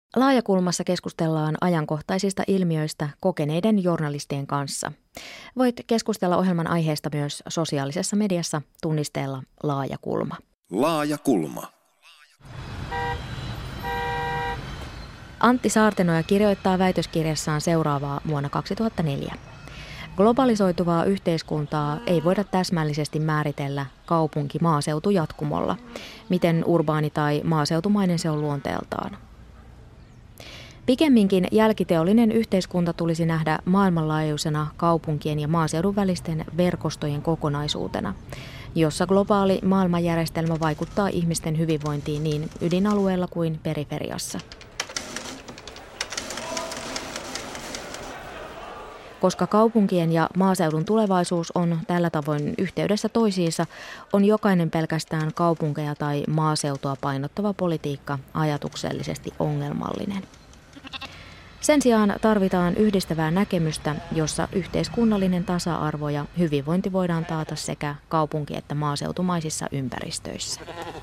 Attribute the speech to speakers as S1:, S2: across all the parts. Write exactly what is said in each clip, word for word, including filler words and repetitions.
S1: Laajakulmassa keskustellaan ajankohtaisista ilmiöistä kokeneiden journalistien kanssa. Voit keskustella ohjelman aiheesta myös sosiaalisessa mediassa tunnisteella Laajakulma.
S2: Laajakulma.
S1: Antti Saartenoja kirjoittaa väitöskirjassaan seuraavaa vuonna kaksituhattaneljä. Globalisoituvaa yhteiskuntaa ei voida täsmällisesti määritellä kaupunki-maaseutu-jatkumolla. Miten urbaani tai maaseutumainen se on luonteeltaan? Pikemminkin jälkiteollinen yhteiskunta tulisi nähdä maailmanlaajuisena kaupunkien ja maaseudun välisten verkostojen kokonaisuutena, jossa globaali maailmanjärjestelmä vaikuttaa ihmisten hyvinvointiin niin ydinalueella kuin periferiassa. Koska kaupunkien ja maaseudun tulevaisuus on tällä tavoin yhteydessä toisiinsa, on jokainen pelkästään kaupunkeja tai maaseutua painottava politiikka ajatuksellisesti ongelmallinen. Sen sijaan tarvitaan yhdistävää näkemystä, jossa yhteiskunnallinen tasa-arvo ja hyvinvointi voidaan taata sekä kaupunki- että maaseutumaisissa ympäristöissä.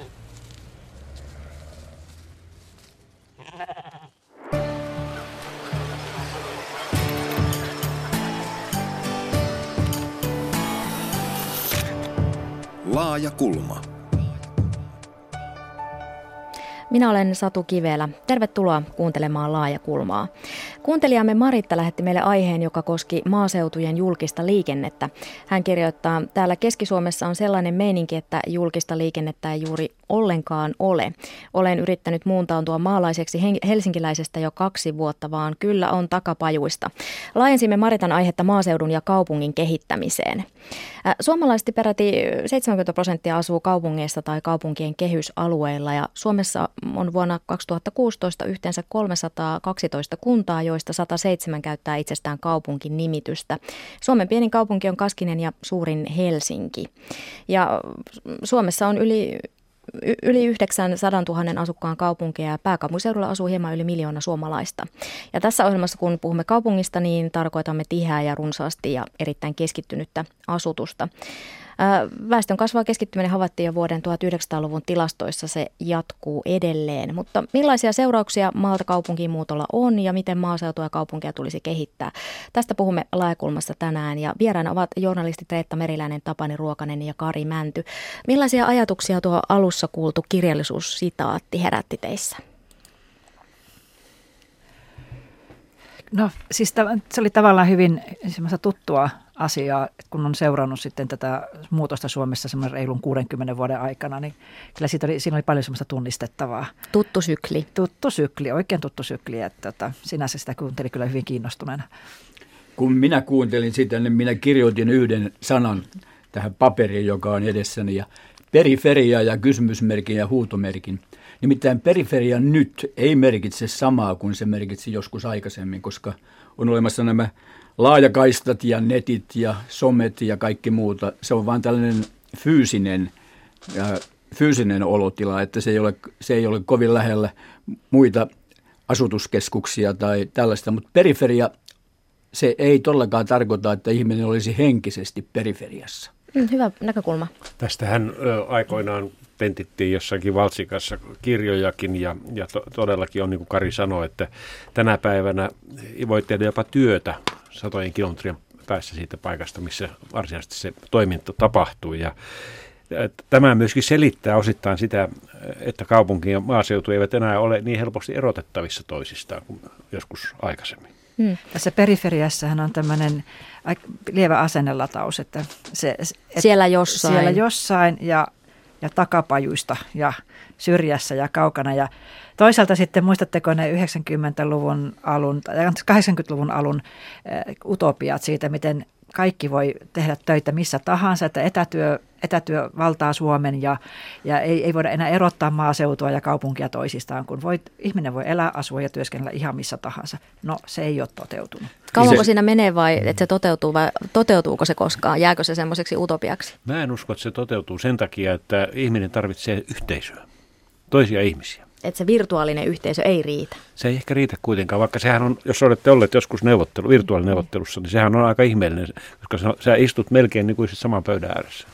S2: Laajakulma.
S1: Minä olen Satu Kivelä. Tervetuloa kuuntelemaan Laajakulmaa. Kuuntelijamme Maritta lähetti meille aiheen, joka koski maaseutujen julkista liikennettä. Hän kirjoittaa, täällä Keski-Suomessa on sellainen meininki, että julkista liikennettä ei juuri ollenkaan ole. Olen yrittänyt muuntautua maalaiseksi helsinkiläisestä jo kaksi vuotta, vaan kyllä on takapajuista. Laajensimme Maritan aihetta maaseudun ja kaupungin kehittämiseen. Suomalaisesti peräti seitsemänkymmentä prosenttia asuu kaupungeissa tai kaupunkien kehysalueilla ja Suomessa on vuonna kaksituhattakuusitoista yhteensä kolmesataakaksitoista kuntaa, joista sata seitsemän käyttää itsestään kaupunkin nimitystä. Suomen pienin kaupunki on Kaskinen ja suurin Helsinki. Ja Suomessa on yli Yli yhdeksänsadantuhannen asukkaan kaupunkeja ja pääkaupunkiseudulla asuu hieman yli miljoona suomalaista. Ja tässä ohjelmassa, kun puhumme kaupungista, niin tarkoitamme tiheää ja runsaasti ja erittäin keskittynyttä asutusta. Väestön kasvava keskittyminen havaittiin jo vuoden tuhatyhdeksänsataaluvun tilastoissa, se jatkuu edelleen. Mutta millaisia seurauksia maalta kaupunkiin muutolla on ja miten maaseutua ja kaupunkia tulisi kehittää? Tästä puhumme Laajakulmassa tänään ja vieraana ovat journalistit Reetta Meriläinen, Tapani Ruokanen ja Kari Mänty. Millaisia ajatuksia tuo alussa kuultu kirjallisuussitaatti herätti teissä?
S3: No siis se oli tavallaan hyvin semmoista tuttua asiaa, kun on seurannut sitten tätä muutosta Suomessa semmoinen reilun kuudenkymmenen vuoden aikana, niin kyllä siitä oli, siinä oli paljon semmoista tunnistettavaa.
S1: Tuttu sykli.
S3: Tuttu sykli, oikein tuttu sykli, että tota, sinänsä sitä kuuntelin kyllä hyvin kiinnostuneena.
S4: Kun minä kuuntelin sitä, niin minä kirjoitin yhden sanan tähän paperiin, joka on edessäni, ja periferia ja kysymysmerkin ja huutomerkin. Nimittäin periferia nyt ei merkitse samaa kuin se merkitsi joskus aikaisemmin, koska on olemassa nämä laajakaistat ja netit ja somet ja kaikki muuta. Se on vain tällainen fyysinen, ja fyysinen olotila, että se ei ole, se ei ole kovin lähellä muita asutuskeskuksia tai tällaista. Mutta periferia, se ei todellakaan tarkoita, että ihminen olisi henkisesti periferiassa.
S1: Hyvä näkökulma.
S5: Tästähän ö, aikoinaan pentittiin jossakin Valtsikassa kirjojakin ja, ja to, todellakin on niin kuin Kari sanoi, että tänä päivänä voi tehdä jopa työtä satojen kilometrien päässä siitä paikasta, missä varsinaisesti se toiminta tapahtuu. Ja tämä myöskin selittää osittain sitä, että kaupunki ja maaseutu eivät enää ole niin helposti erotettavissa toisistaan kuin joskus aikaisemmin.
S3: Hmm. Tässä periferiassahan on tämmöinen lievä asennelataus, että se, et
S1: siellä jossain,
S3: siellä jossain ja, ja takapajuista ja syrjässä ja kaukana. Ja toisaalta sitten muistatteko ne yhdeksänkymmentäluvun alun tai kahdeksankymmentäluvun alun äh, utopiat siitä, miten kaikki voi tehdä töitä missä tahansa, että etätyö, etätyö valtaa Suomen ja, ja ei, ei voida enää erottaa maaseutua ja kaupunkia toisistaan, kun voi, ihminen voi elää, asua ja työskennellä ihan missä tahansa. No se ei ole toteutunut.
S1: Kauanko se, siinä menee vai että se toteutuu vai toteutuuko se koskaan? Jääkö se semmoiseksi utopiaksi?
S5: Mä en usko, että se toteutuu sen takia, että ihminen tarvitsee yhteisöä, toisia ihmisiä.
S1: Että se virtuaalinen yhteisö ei riitä.
S5: Se ei ehkä riitä kuitenkaan, vaikka sehän on, jos olette olleet joskus neuvottelu, virtuaalineuvottelussa, niin sehän on aika ihmeellinen, koska sä, sä istut melkein niin kuin saman pöydän ääressä.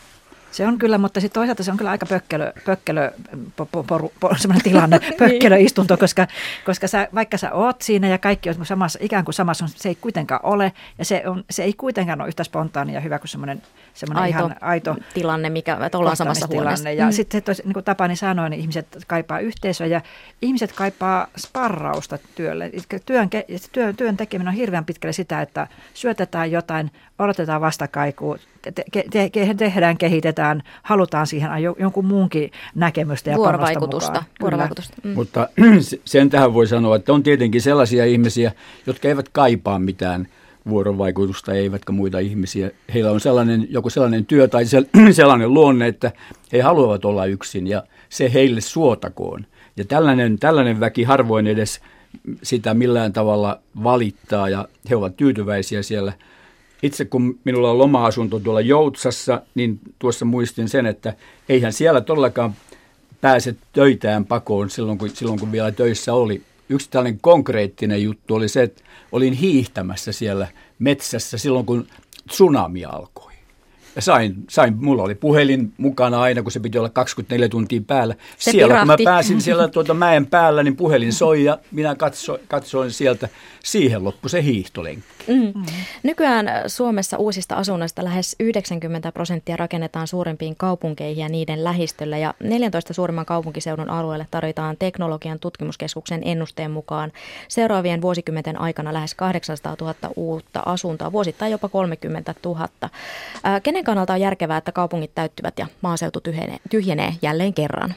S3: Se on kyllä, mutta sitten toisaalta se on kyllä aika pökkelö, pökkelö po, po, po, po, semmoinen tilanne, pökkelöistunto, koska, koska sä, vaikka sä oot siinä ja kaikki on samassa, ikään kuin samassa, se ei kuitenkaan ole. Ja se, on, se ei kuitenkaan ole yhtä spontaania ja hyvä kuin semmoinen, semmoinen
S1: aito,
S3: ihan aito
S1: tilanne, mikä, että ollaan samassa huoneessa.
S3: Ja
S1: mm.
S3: sitten tois, niin kuin Tapani sanoi, niin ihmiset kaipaa yhteisöä ja ihmiset kaipaa sparrausta työlle. Työn, työn, työn tekeminen on hirveän pitkälle sitä, että syötetään jotain, odotetaan vastakaikua, te, te, te, tehdään, kehitetään, halutaan siihen jonkun muunkin näkemystä ja
S1: vuorovaikutusta. vuorovaikutusta.
S4: Mm. Mutta sen tähän voi sanoa, että on tietenkin sellaisia ihmisiä, jotka eivät kaipaa mitään vuorovaikutusta, eivätkä muita ihmisiä. Heillä on sellainen, joku sellainen työ tai sellainen luonne, että he haluavat olla yksin ja se heille suotakoon. Ja tällainen, tällainen väki harvoin edes sitä millään tavalla valittaa ja he ovat tyytyväisiä siellä. Itse kun minulla on loma-asunto tuolla Joutsassa, niin tuossa muistin sen, että eihän siellä todellakaan pääse töitään pakoon silloin kun, silloin, kun vielä töissä oli. Yksi tällainen konkreettinen juttu oli se, että olin hiihtämässä siellä metsässä silloin, kun tsunami alkoi. Ja sain, sain, mulla oli puhelin mukana aina, kun se piti olla kaksikymmentäneljä tuntia päällä.
S1: Se
S4: siellä,
S1: pirahti.
S4: kun mä pääsin siellä tuota mäen päällä, niin puhelin soi ja minä katso, katsoin sieltä. Siihen loppui se hiihtolenkki.
S1: Mm. Mm. Nykyään Suomessa uusista asunnoista lähes yhdeksänkymmentä prosenttia rakennetaan suurempiin kaupunkeihin ja niiden lähistöllä. Ja neljäntoista suurimman kaupunkiseudun alueelle tarvitaan Teknologian tutkimuskeskuksen ennusteen mukaan seuraavien vuosikymmenten aikana lähes kahdeksansataatuhatta uutta asuntoa, vuosittain jopa kolmekymmentätuhatta. Ää, kenen kannalta on järkevää, että kaupungit täyttyvät ja maaseutu tyhjenee, tyhjenee jälleen kerran?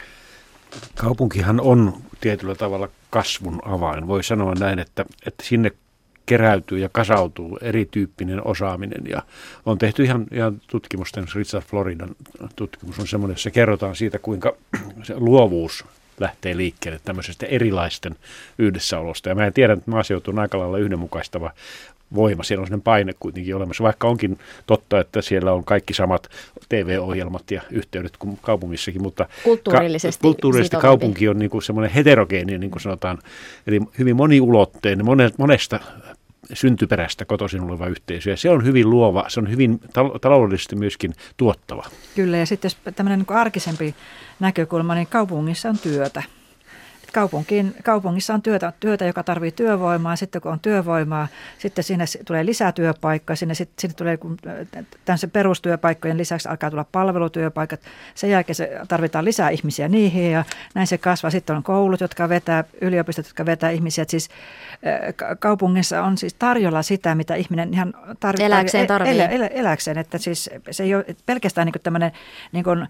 S5: Kaupunkihan on tietyllä tavalla kasvun avain. Voi sanoa näin, että, että sinne keräytyy ja kasautuu erityyppinen osaaminen. Ja on tehty ihan, ihan tutkimusten, Richard Floridan tutkimus on semmoinen, jossa kerrotaan siitä, kuinka se luovuus lähtee liikkeelle tämmöisestä erilaisten yhdessäolosta. Ja mä en tiedä, että maaseutu on aika lailla yhdenmukaistava voima. Siellä on sellainen paine kuitenkin olemassa, vaikka onkin totta, että siellä on kaikki samat T V-ohjelmat ja yhteydet kuin kaupungissakin, mutta
S1: kulttuurillisesti,
S5: ka- kulttuurillisesti kaupunki on niin kuin semmoinen heterogeeninen, niin kuin sanotaan, eli hyvin moniulotteinen, monesta syntyperäistä kotoisin oleva yhteisö, ja se on hyvin luova, se on hyvin tal- taloudellisesti myöskin tuottava. Kyllä,
S3: ja sitten jos tämmöinen niin kuin arkisempi näkökulma, niin kaupungissa on työtä. Kaupunkiin, kaupungissa on työtä, työtä, joka tarvitsee työvoimaa. Sitten kun on työvoimaa, sitten sinne tulee lisää työpaikkoja. Sinne, sitten, sinne tulee, kun tämän perustyöpaikkojen lisäksi alkaa tulla palvelutyöpaikat. Sen jälkeen se tarvitaan lisää ihmisiä niihin ja näin se kasvaa. Sitten on koulut, jotka vetää, yliopistot, jotka vetää ihmisiä. Et siis kaupungissa on siis tarjolla sitä, mitä ihminen ihan tarvitsee.
S1: Eläkseen tarvitsee.
S3: Elä, elä, eläkseen, että siis se ei ole pelkästään niin kuin tämmöinen niin kuin,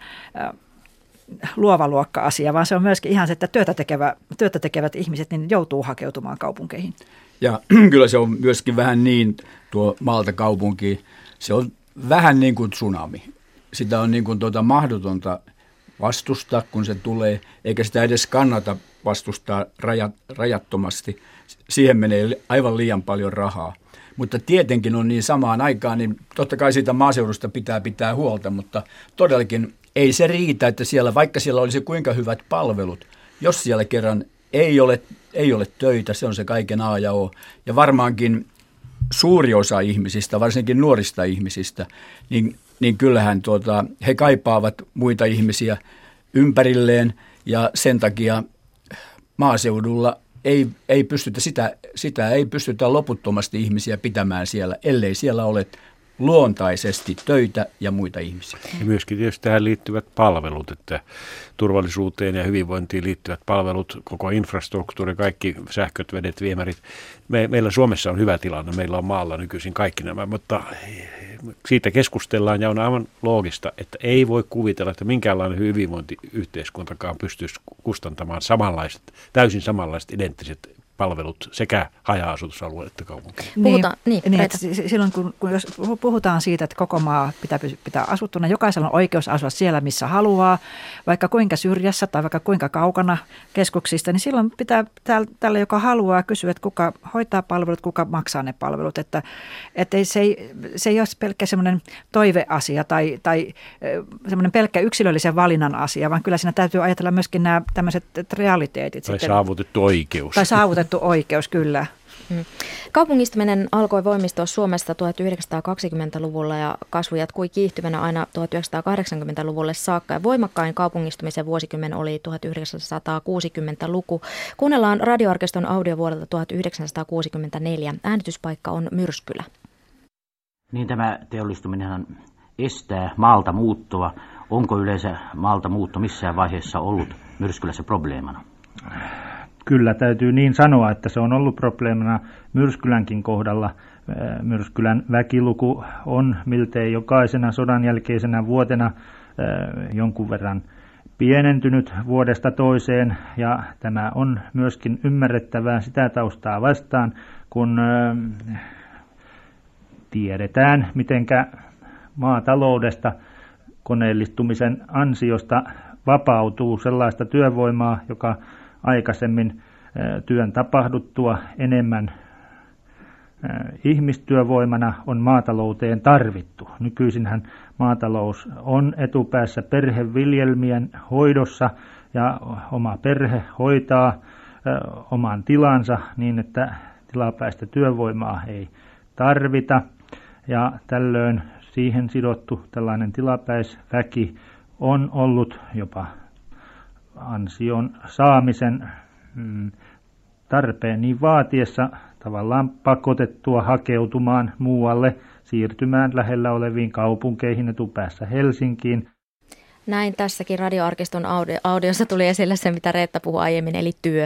S3: luova luokka-asia, vaan se on myöskin ihan se, että työtä, tekevä, työtä tekevät ihmiset niin joutuu hakeutumaan kaupunkeihin.
S4: Ja kyllä se on myöskin vähän niin tuo maalta kaupunkiin. Se on vähän niin kuin tsunami. Sitä on niin kuin tuota mahdotonta vastustaa, kun se tulee, eikä sitä edes kannata vastustaa rajat, rajattomasti. Siihen menee aivan liian paljon rahaa. Mutta tietenkin on niin samaan aikaan, niin totta kai siitä maaseudusta pitää pitää huolta, mutta todellakin ei se riitä, että siellä, vaikka siellä olisi kuinka hyvät palvelut, jos siellä kerran ei ole, ei ole töitä, se on se kaiken A ja O. Ja varmaankin suuri osa ihmisistä, varsinkin nuorista ihmisistä, niin, niin kyllähän tuota, he kaipaavat muita ihmisiä ympärilleen ja sen takia maaseudulla ei, ei pystytä sitä, sitä ei pystytä loputtomasti ihmisiä pitämään siellä, ellei siellä ole luontaisesti töitä ja muita ihmisiä.
S5: Ja myöskin tietysti tähän liittyvät palvelut, että turvallisuuteen ja hyvinvointiin liittyvät palvelut, koko infrastruktuuri, kaikki sähköt, vedet, viemärit. Me, meillä Suomessa on hyvä tilanne, meillä on maalla nykyisin kaikki nämä, mutta siitä keskustellaan ja on aivan loogista, että ei voi kuvitella, että minkäänlainen hyvinvointiyhteiskuntakaan pystyisi kustantamaan samanlaiset, täysin samanlaiset identtiset palvelut sekä haja-asutusalueelle että kaupunkiin.
S1: Puhutaan,
S3: niin,
S1: niin,
S3: niin silloin kun, kun jos puhutaan siitä, että koko maa pitää, pitää asuttuna, jokaisella on oikeus asua siellä, missä haluaa, vaikka kuinka syrjässä tai vaikka kuinka kaukana keskuksista, niin silloin pitää tällä, joka haluaa, kysyä, että kuka hoitaa palvelut, kuka maksaa ne palvelut. Että, että se, ei, se ei ole pelkkä semmoinen toiveasia tai, tai semmoinen pelkkä yksilöllisen valinnan asia, vaan kyllä siinä täytyy ajatella myöskin nämä tämmöiset realiteetit.
S5: Tai
S3: sitten.
S5: saavutettu oikeus.
S3: Tai saavutettu oikeus, kyllä.
S1: Hmm. Kaupungistuminen alkoi voimistua Suomessa tuhatyhdeksänsataakaksikymmentäluvulla ja kasvu jatkui kiihtyvänä aina tuhatyhdeksänsataakahdeksankymmentäluvulle saakka. Ja voimakkain kaupungistumisen vuosikymmen oli tuhatyhdeksänsataakuusikymmentäluku. Kuunnellaan radioarkiston audio vuodelta tuhatyhdeksänsataakuusikymmentäneljä. Äänityspaikka on Myrskylä.
S2: Niin tämä teollistuminenhan estää maalta muuttoa. Onko yleensä maalta muutto missään vaiheessa ollut Myrskylässä probleemana?
S6: Kyllä täytyy niin sanoa, että se on ollut probleemana Myrskylänkin kohdalla. Myrskylän väkiluku on miltei jokaisena sodan jälkeisenä vuotena jonkun verran pienentynyt vuodesta toiseen, ja tämä on myöskin ymmärrettävää sitä taustaa vastaan, kun tiedetään, mitenkä maataloudesta koneellistumisen ansiosta vapautuu sellaista työvoimaa, joka aikaisemmin työn tapahduttua enemmän ihmistyövoimana on maatalouteen tarvittu. Nykyisinhän maatalous on etupäässä perheviljelmien hoidossa ja oma perhe hoitaa oman tilansa niin, että tilapäistä työvoimaa ei tarvita, ja tällöin siihen sidottu tällainen tilapäisväki on ollut jopa ansion saamisen tarpeen niin vaatiessa tavallaan pakotettua hakeutumaan muualle, siirtymään lähellä oleviin kaupunkeihin, etupäässä Helsinkiin.
S1: Näin tässäkin radioarkiston audiossa tuli esille se, mitä Reetta puhui aiemmin, eli työ.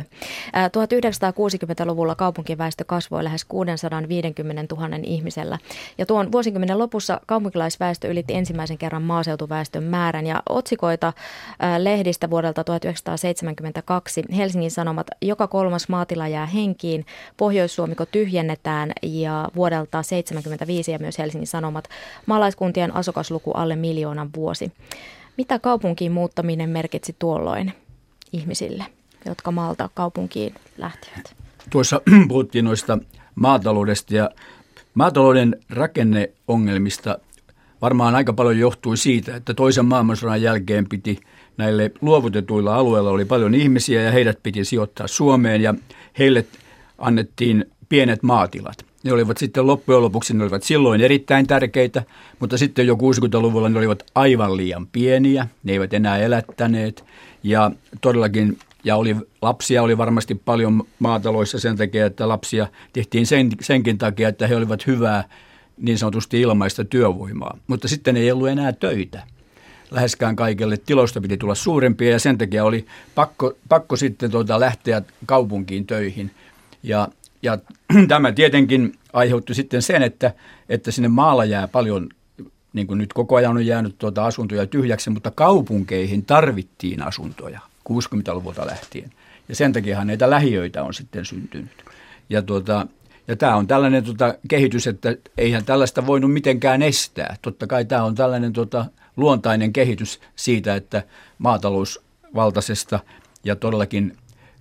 S1: tuhatyhdeksänsataakuusikymmentäluvulla kaupunkiväestö kasvoi lähes kuusisataaviisikymmentätuhatta ihmisellä. Ja tuon vuosikymmenen lopussa kaupunkilaisväestö ylitti ensimmäisen kerran maaseutuväestön määrän. Ja otsikoita lehdistä vuodelta tuhatyhdeksänsataaseitsemänkymmentäkaksi. Helsingin Sanomat: joka kolmas maatila jää henkiin, Pohjois-Suomiko tyhjennetään, ja vuodelta seitsemänkymmentäviisi ja myös Helsingin Sanomat: maalaiskuntien asukasluku alle miljoonan vuosi. Mitä kaupunkiin muuttaminen merkitsi tuolloin ihmisille, jotka maalta kaupunkiin lähtivät?
S4: Tuossa puhuttiin noista maataloudesta, ja maatalouden rakenneongelmista varmaan aika paljon johtui siitä, että toisen maailmansodan jälkeen piti näille luovutetuilla alueilla oli paljon ihmisiä ja heidät piti sijoittaa Suomeen, ja heille annettiin pienet maatilat. Ne olivat sitten loppujen lopuksi, ne olivat silloin erittäin tärkeitä, mutta sitten jo kuusikymmentäluvulla ne olivat aivan liian pieniä, ne eivät enää elättäneet, ja todellakin, ja oli, lapsia oli varmasti paljon maataloissa sen takia, että lapsia tehtiin sen, senkin takia, että he olivat hyvää niin sanotusti ilmaista työvoimaa, mutta sitten ei ollut enää töitä. Läheskään kaikille tiloista piti tulla suurempia, ja sen takia oli pakko, pakko sitten tuota lähteä kaupunkiin töihin, ja Ja tämä tietenkin aiheutti sitten sen, että, että sinne maalla jää paljon, niin kuin nyt koko ajan on jäänyt tuota asuntoja tyhjäksi, mutta kaupunkeihin tarvittiin asuntoja kuusikymmentäluvulta lähtien. Ja sen takiahan näitä lähiöitä on sitten syntynyt. Ja, tuota, ja tämä on tällainen tuota kehitys, että eihän tällaista voinut mitenkään estää. Totta kai tämä on tällainen tuota luontainen kehitys siitä, että maatalousvaltaisesta ja todellakin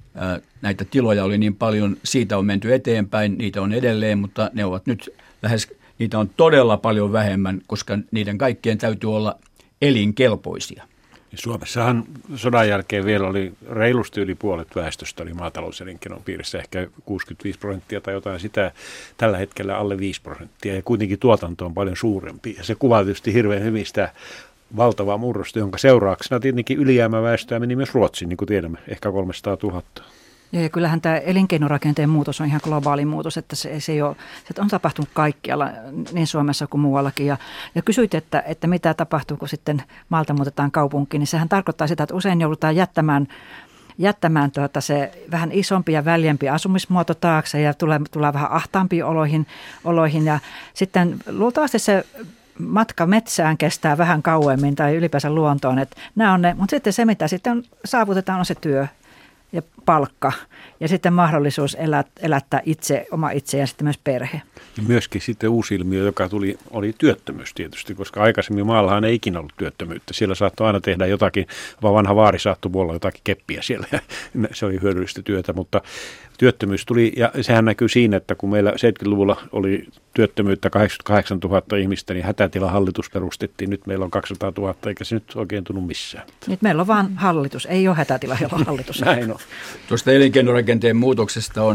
S4: näitä tiloja oli niin paljon, siitä on menty eteenpäin, niitä on edelleen, mutta ne ovat nyt lähes, niitä on todella paljon vähemmän, koska niiden kaikkien täytyy olla elinkelpoisia.
S5: Suomessahan sodan jälkeen vielä oli reilusti yli puolet väestöstä oli maatalouselinkeinon piirissä, ehkä kuusikymmentäviisi prosenttia tai jotain sitä, tällä hetkellä alle viisi prosenttia, ja kuitenkin tuotanto on paljon suurempi. Ja se kuvaa tietysti hirveän hyvin sitä valtavaa murrosta, jonka seurauksena tietenkin ylijäämäväestöä meni myös Ruotsiin, niin kuin tiedämme, ehkä kolmesataatuhatta.
S3: Ja kyllähän tämä elinkeinorakenteen muutos on ihan globaali muutos, että se, se, ei ole, se on tapahtunut kaikkialla, niin Suomessa kuin muuallakin. Ja, ja kysyit, että, että mitä tapahtuu, kun sitten maalta muutetaan kaupunkiin, niin sehän tarkoittaa sitä, että usein joudutaan jättämään, jättämään tuota se vähän isompi ja väljempi asumismuoto taakse ja tulee, tulee vähän ahtaampiin oloihin, oloihin. Ja sitten luultavasti se matka metsään kestää vähän kauemmin tai ylipäänsä luontoon, että nämä on ne, mutta sitten se, mitä sitten saavutetaan, on se työ ja palkka ja sitten mahdollisuus elät, elättää itse, oma itse ja sitten myös perhe.
S5: Ja myöskin sitten uusi ilmiö, joka tuli, oli työttömyys tietysti, koska aikaisemmin maallahan ei ikinä ollut työttömyyttä. Siellä saattoi aina tehdä jotakin, vaan vanha vaari saattoi puolella jotakin keppiä siellä ja se oli hyödyllistä työtä, mutta työttömyys tuli, ja sehän näkyy siinä, että kun meillä seitsemänkymmentäluvulla oli työttömyyttä kahdeksankymmentäkahdeksantuhatta ihmistä, niin hätätilahallitus perustettiin. Nyt meillä on kaksisataatuhatta, eikä se nyt oikein tunnu missään.
S3: Nyt meillä on vaan hallitus, ei ole hätätila, jolla on hallitus.
S5: Näin on.
S4: Tuosta elinkeinorakenteen muutoksesta on,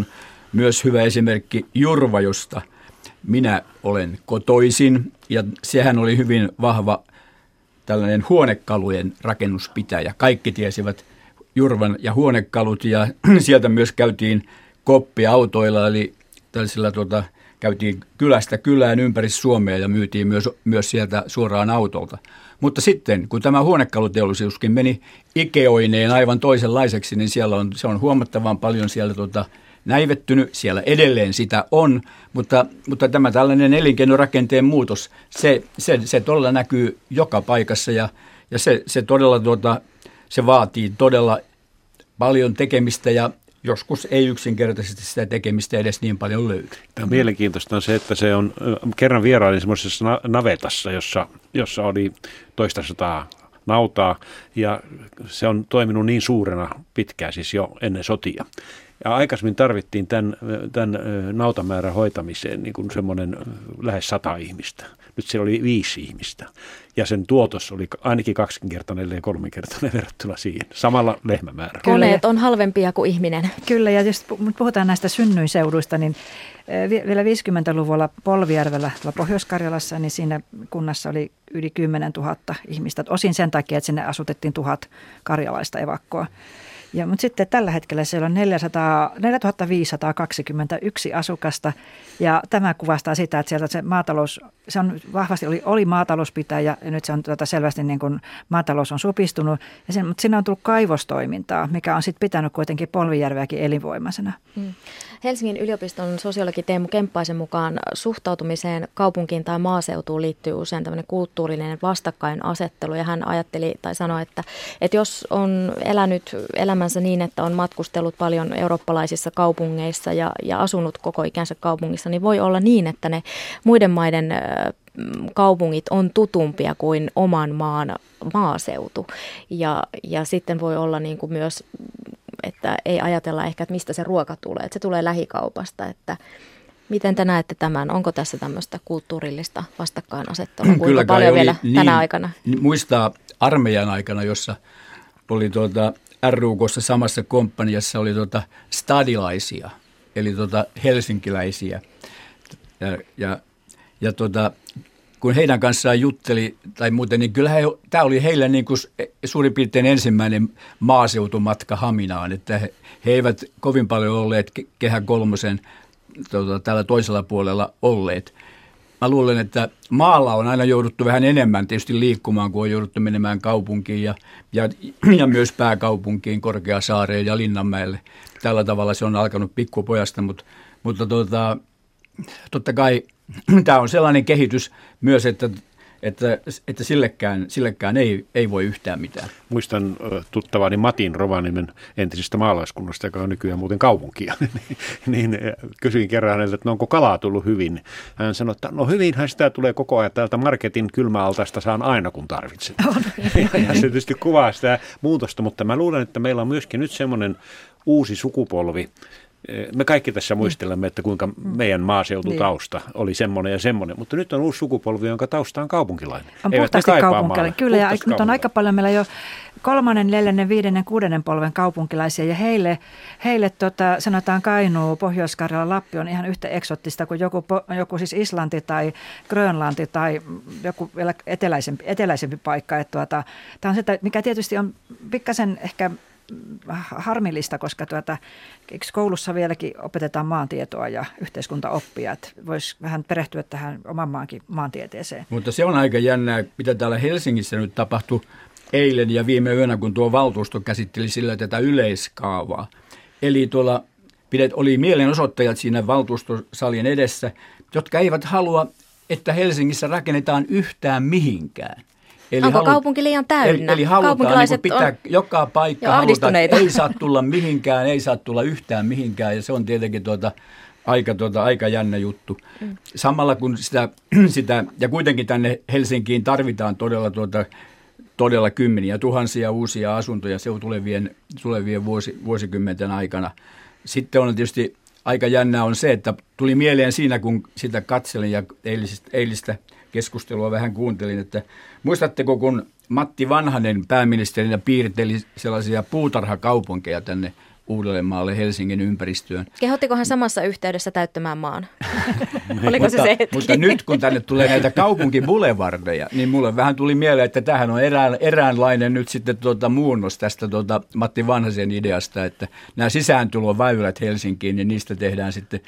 S4: myös hyvä esimerkki Jurva, josta minä olen kotoisin, ja sehän oli hyvin vahva tällainen huonekalujen rakennuspitäjä. Kaikki tiesivät Jurvan ja huonekalut, ja sieltä myös käytiin koppiautoilla, eli tällaisilla tuota, käytiin kylästä kylään ympäri Suomea ja myytiin myös, myös sieltä suoraan autolta. Mutta sitten, kun tämä huonekaluteollisuuskin meni ikeoineen aivan toisenlaiseksi, niin siellä on, se on huomattavan paljon siellä tuota, näivettynyt. Siellä edelleen sitä on, mutta, mutta tämä tällainen elinkeinorakenteen muutos, se, se, se todella näkyy joka paikassa ja, ja se, se todella tuota, se vaatii todella paljon tekemistä ja joskus ei yksinkertaisesti sitä tekemistä edes niin paljon löydy.
S5: Tämä on mielenkiintoista on se, että se on kerran vierailin semmoisessa navetassa, jossa, jossa oli toista sataa nautaa ja se on toiminut niin suurena pitkään, siis jo ennen sotia. Ja aikaisemmin tarvittiin tämän, tämän nautamäärän hoitamiseen niin kuin semmoinen lähes sata ihmistä. Nyt siellä oli viisi ihmistä. Ja sen tuotos oli ainakin kaksinkertainen ja kolminkertainen verrattuna siihen. Samalla lehmämäärä.
S1: Koneet on halvempia kuin ihminen.
S3: Kyllä, ja jos puhutaan näistä synnyinseuduista, niin vielä viisikymmentäluvulla Polvijärvellä Pohjois-Karjalassa, niin siinä kunnassa oli yli kymmenen tuhatta ihmistä. Osin sen takia, että sinne asutettiin tuhat karjalaista evakkoa. Ja, mutta sitten tällä hetkellä siellä on neljätuhattaviisisataakaksikymmentäyksi asukasta ja tämä kuvastaa sitä, että sieltä se maatalous, se on vahvasti oli, oli maatalouspitäjä ja nyt se on tuota selvästi niin kuin maatalous on supistunut, ja sen, mutta sinne on tullut kaivostoimintaa, mikä on sitten pitänyt kuitenkin Polvijärveäkin elinvoimaisena.
S1: Hmm. Helsingin yliopiston sosiologi Teemu Kemppaisen mukaan suhtautumiseen kaupunkiin tai maaseutuun liittyy usein tämmöinen kulttuurinen vastakkainasettelu ja hän ajatteli tai sanoi, että, että jos on elänyt elämänsä niin, että on matkustellut paljon eurooppalaisissa kaupungeissa ja, ja asunut koko ikänsä kaupungissa, niin voi olla niin, että ne muiden maiden kaupungit on tutumpia kuin oman maan maaseutu ja, ja sitten voi olla niin kuin myös, että ei ajatella ehkä, että mistä se ruoka tulee, että se tulee lähikaupasta, että miten te näette tämän? Onko tässä tämmöistä kulttuurillista vastakkainasettelua? Kuinka
S4: Kyllä
S1: paljon vielä
S4: niin,
S1: tänä aikana?
S4: Muistaa armeijan aikana, jossa oli tuota R U K:ssa samassa komppaniassa oli tuota stadilaisia, eli tuota helsinkiläisiä. Ja, ja, ja tuota, kun heidän kanssaan jutteli tai muuten, niin kyllä he, tämä oli heillä niin kuin suurin piirtein ensimmäinen maaseutumatka Haminaan, että he, he eivät kovin paljon olleet Kehä kolmosen tuota, tällä toisella puolella olleet. Mä luulen, että maalla on aina jouduttu vähän enemmän tietysti liikkumaan, kun on jouduttu menemään kaupunkiin ja, ja, ja myös pääkaupunkiin, Korkeasaareen ja Linnanmäelle. Tällä tavalla se on alkanut pikkupojasta, mutta, mutta tuota, totta kai tämä on sellainen kehitys myös, että, että, että sillekään, sillekään ei, ei voi yhtään mitään.
S5: Muistan tuttavani Matin Rovaniemen entisestä maalaiskunnasta, joka on nykyään muuten kaupunkia, niin kysyin kerran häneltä, että no onko kalaa tullut hyvin. Hän sanoi, että no hyvinhän sitä tulee koko ajan täältä marketin kylmäaltaista saan aina kun tarvitsen. Ja se tietysti kuvaa sitä muutosta, mutta mä luulen, että meillä on myöskin nyt semmoinen uusi sukupolvi. Me kaikki tässä muistelemme, että kuinka meidän maaseututausta niin oli semmoinen ja semmoinen, mutta nyt on uusi sukupolvi, jonka tausta on kaupunkilainen.
S3: On puhtaasti kaupunkilainen, kyllä, ja nyt on aika paljon meillä jo kolmannen, neljännen, viidennen, kuudennen polven kaupunkilaisia, ja heille, heille tota, sanotaan Kainuu, Pohjois-Karjala, Lappi on ihan yhtä eksottista kuin joku, joku siis Islanti tai Grönlanti tai joku vielä eteläisempi, eteläisempi paikka. Että tuota, tämä on sitä, mikä tietysti on pikkasen ehkä harmillista, koska tuota, koulussa vieläkin opetetaan maantietoa ja yhteiskuntaoppia, että voisi vähän perehtyä tähän oman maankin maantieteeseen. Mutta
S4: se on aika jännää, mitä täällä Helsingissä nyt tapahtui eilen ja viime yönä, kun tuo valtuusto käsitteli sillä tätä yleiskaavaa. Eli tuolla pidet, oli mielenosoittajat siinä valtuustosalien edessä, jotka eivät halua, että Helsingissä rakennetaan yhtään mihinkään.
S1: Eli Onko halu... kaupunki liian täynnä?
S4: Eli, eli halutaan niin pitää joka paikka, halutaan, ei saa tulla mihinkään, ei saa tulla yhtään mihinkään, ja se on tietenkin tuota, aika, tuota, aika jännä juttu. Mm. Samalla kun sitä, sitä, ja kuitenkin tänne Helsinkiin tarvitaan todella, tuota, todella kymmeniä tuhansia uusia asuntoja se tulevien, tulevien vuosi, vuosikymmenten aikana. Sitten on tietysti aika jännää on se, että tuli mieleen siinä, kun sitä katselin ja eilistä, eilistä keskustelua vähän kuuntelin, että muistatteko, kun Matti Vanhanen pääministerinä piirteli sellaisia puutarhakaupunkeja tänne Uudellemaalle Helsingin ympäristöön.
S1: Kehottiko hän samassa yhteydessä täyttämään maan? Oliko se se hetki?
S4: Mutta nyt kun tänne tulee näitä kaupunkibulevardeja, niin mulle vähän tuli mieleen, että tämähän on erään, eräänlainen nyt sitten tuota muunnos tästä tuota Matti Vanhasen ideasta, että nämä sisääntuloväylät Helsinkiin, niin niistä tehdään sitten,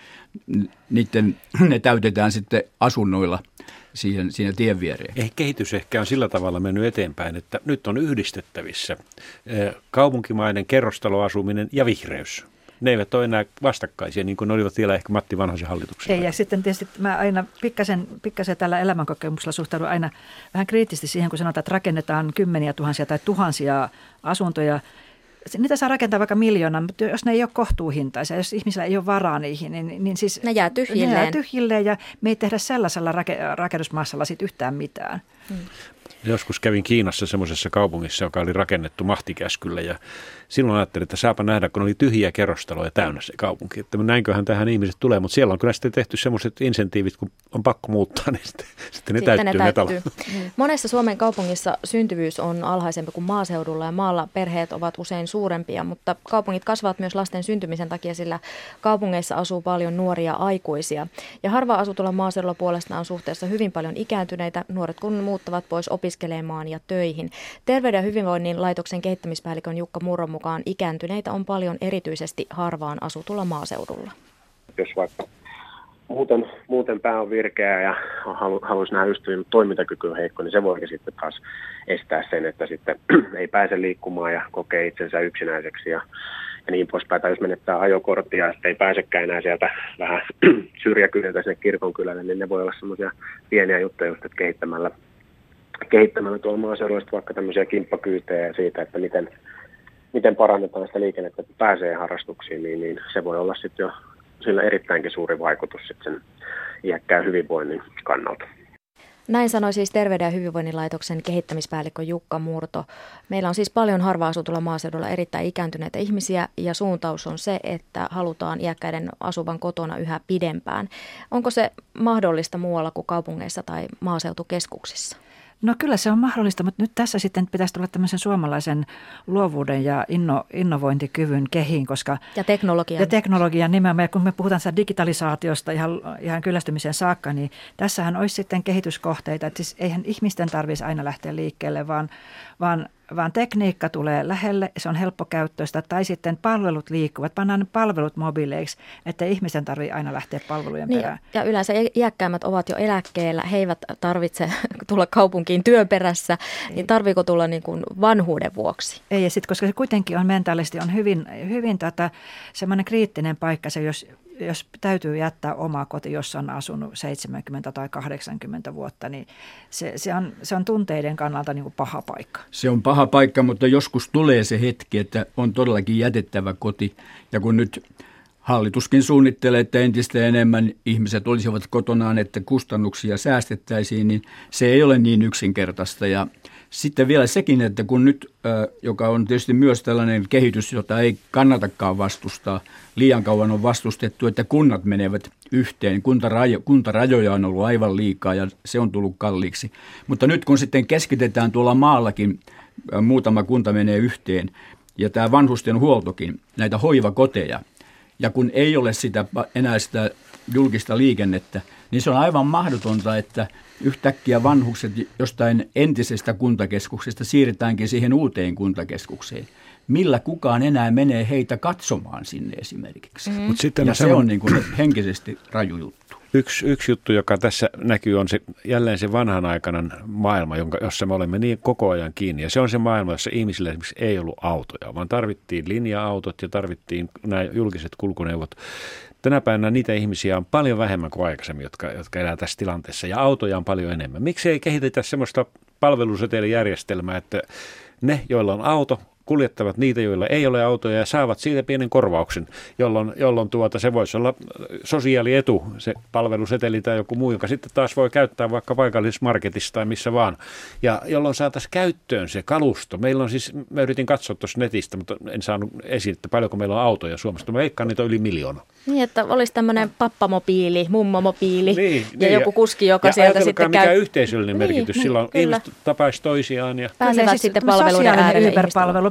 S4: niiden, ne täytetään sitten asunnoilla siihen, siinä tien viereen.
S5: Eh, kehitys ehkä on sillä tavalla mennyt eteenpäin, että nyt on yhdistettävissä kaupunkimainen kerrostaloasuminen ja vihreys. Ne eivät ole enää vastakkaisia, niin kuin ne olivat vielä ehkä Matti Vanhasen hallituksessa.
S3: Ei, ja sitten tietysti mä aina pikkasen, pikkasen tällä elämänkokemuksella suhtaudun aina vähän kriittisesti siihen, kun sanotaan, että rakennetaan kymmeniä tuhansia tai tuhansia asuntoja. Niitä saa rakentaa vaikka miljoona, mutta jos ne ei ole kohtuuhintaisia, jos ihmisillä ei ole varaa niihin, niin, niin siis
S1: ne jää tyhjilleen.
S3: Ne jää tyhjilleen ja me ei tehdä sellaisella rakennusmassalla sit yhtään mitään. Hmm.
S5: Joskus kävin Kiinassa semmoisessa kaupungissa, joka oli rakennettu mahtikäskyllä ja silloin ajattelin, että saapa nähdä, kun oli tyhjiä kerrostaloja täynnä se kaupunki. Että näinköhän tähän ihmiset tulee, mutta siellä on kyllä sitten tehty semmoiset insentiivit, kun on pakko muuttaa, niin sitten, sitten ne sitten täyttyy ne, täyttyy. ne talot.
S1: Monessa Suomen kaupungissa syntyvyys on alhaisempi kuin maaseudulla ja maalla perheet ovat usein suurempia, mutta kaupungit kasvavat myös lasten syntymisen takia, sillä kaupungeissa asuu paljon nuoria aikuisia. Ja harvaan asutulla maaseudulla puolestaan on suhteessa hyvin paljon ikääntyneitä, nuoret kun muuttavat pois opiskelemaan ja töihin. Terveyden ja hyvinvoinnin laitoksen kehittämispäällikön Jukka Murron mukaan ikääntyneitä on paljon erityisesti harvaan asutulla maaseudulla.
S7: Jos vaikka muuten, muuten pää on virkeä ja halu, haluaisi nähdä ystäviä, mutta toimintakyky on heikko, niin se voikin sitten taas estää sen, että sitten ei pääse liikkumaan ja kokee itsensä yksinäiseksi ja, ja niin poispäin. Tai jos menettää ajokorttia ja sitten ei pääsekään enää sieltä vähän syrjäkyliltä sinne kirkonkylälle, niin ne voi olla semmoisia pieniä juttuja, just, että kehittämällä, kehittämällä tuolla maaseudulla vaikka tämmöisiä kimppakyytejä siitä, että miten miten parannetaan sitä liikennettä, että pääsee harrastuksiin, niin, niin se voi olla sitten jo sillä erittäinkin suuri vaikutus sitten sen iäkkään hyvinvoinnin kannalta.
S1: Näin sanoi siis Terveyden ja hyvinvoinnin laitoksen kehittämispäällikkö Jukka Murto. Meillä on siis paljon harvaan asutulla maaseudulla erittäin ikääntyneitä ihmisiä ja suuntaus on se, että halutaan iäkkäiden asuvan kotona yhä pidempään. Onko se mahdollista muualla kuin kaupungeissa tai maaseutukeskuksissa?
S3: No kyllä se on mahdollista, mutta nyt tässä sitten pitäisi tulla tämmöisen suomalaisen luovuuden ja inno, innovointikyvyn kehiin, koska...
S1: Ja teknologian.
S3: Ja teknologian nimenomaan, kun me puhutaan digitalisaatiosta ihan, ihan kyllästymisen saakka, niin tässähän olisi sitten kehityskohteita, että siis eihän ihmisten tarvitsisi aina lähteä liikkeelle, vaan, vaan, vaan tekniikka tulee lähelle, se on helppokäyttöistä, tai sitten palvelut liikkuvat, pannaan palvelut mobiileiksi, että ihmisten tarvitsee aina lähteä palvelujen
S1: niin,
S3: perään.
S1: Ja yleensä iäkkäimmät ovat jo eläkkeellä, he eivät tarvitse tulla kaupunkiin työn perässä, ei. Niin tarviiko tulla niin kuin vanhuuden vuoksi?
S3: Ei, ja sitten koska se kuitenkin on mentaalisesti on hyvin, hyvin tätä, semmoinen kriittinen paikka, se jos, jos täytyy jättää oma koti, jossa on asunut seitsemänkymmentä tai kahdeksankymmentä vuotta, niin se, se, on, se on tunteiden kannalta niin kuin paha paikka.
S4: Se on paha paikka, mutta joskus tulee se hetki, että on todellakin jätettävä koti, ja kun nyt hallituskin suunnittelee, että entistä enemmän ihmiset olisivat kotonaan, että kustannuksia säästettäisiin, niin se ei ole niin yksinkertaista. Ja sitten vielä sekin, että kun nyt, joka on tietysti myös tällainen kehitys, jota ei kannatakaan vastustaa, liian kauan on vastustettu, että kunnat menevät yhteen. Kuntarajo, kuntarajoja on ollut aivan liikaa ja se on tullut kalliiksi. Mutta nyt kun sitten keskitetään tuolla maallakin, muutama kunta menee yhteen ja tämä vanhusten huoltokin, näitä hoivakoteja, ja kun ei ole sitä, enää sitä julkista liikennettä, niin se on aivan mahdotonta, että yhtäkkiä vanhukset jostain entisestä kuntakeskuksesta siirretäänkin siihen uuteen kuntakeskukseen. Millä kukaan enää menee heitä katsomaan sinne esimerkiksi. Mm-hmm. Mut sitten ja on se semmo... on niin kuin henkisesti raju juttu.
S5: Yksi, yksi juttu, joka tässä näkyy, on se, jälleen se vanhanaikainen maailma, jonka, jossa me olemme niin koko ajan kiinni. Ja se on se maailma, jossa ihmisillä esimerkiksi ei ollut autoja, vaan tarvittiin linja-autot ja tarvittiin nämä julkiset kulkuneuvot. Tänä päivänä niitä ihmisiä on paljon vähemmän kuin aikaisemmin, jotka, jotka elää tässä tilanteessa, ja autoja on paljon enemmän. Miksi ei kehitetä semmoista palvelusetelijärjestelmää, että ne, joilla on auto, kuljettavat niitä, joilla ei ole autoja ja saavat siitä pienen korvauksen, jolloin, jolloin tuota, se voisi olla sosiaalietu, se palveluseteli tai joku muu, joka sitten taas voi käyttää vaikka paikallisessa marketissa tai missä vaan. Ja jolloin saataisiin käyttöön se kalusto. Meillä on siis, mä yritin katsoa tuossa netistä, mutta en saanut esiin, että paljonko meillä on autoja Suomessa. Mä veikkaan, niitä on yli miljoona.
S1: Niin, että olisi tämmöinen pappamobiili, mummomobiili
S5: niin,
S1: ja
S5: niin,
S1: joku kuski, joka
S5: ja
S1: sieltä sitten käy.
S5: Mikä yhteisöllinen
S1: niin,
S5: merkitys.
S1: Niin,
S5: Silloin
S1: kyllä.
S5: ihmiset tapaisi toisiaan. Ja
S1: pääsevät sitten palveluiden äärelle.
S3: Uber-palvelu,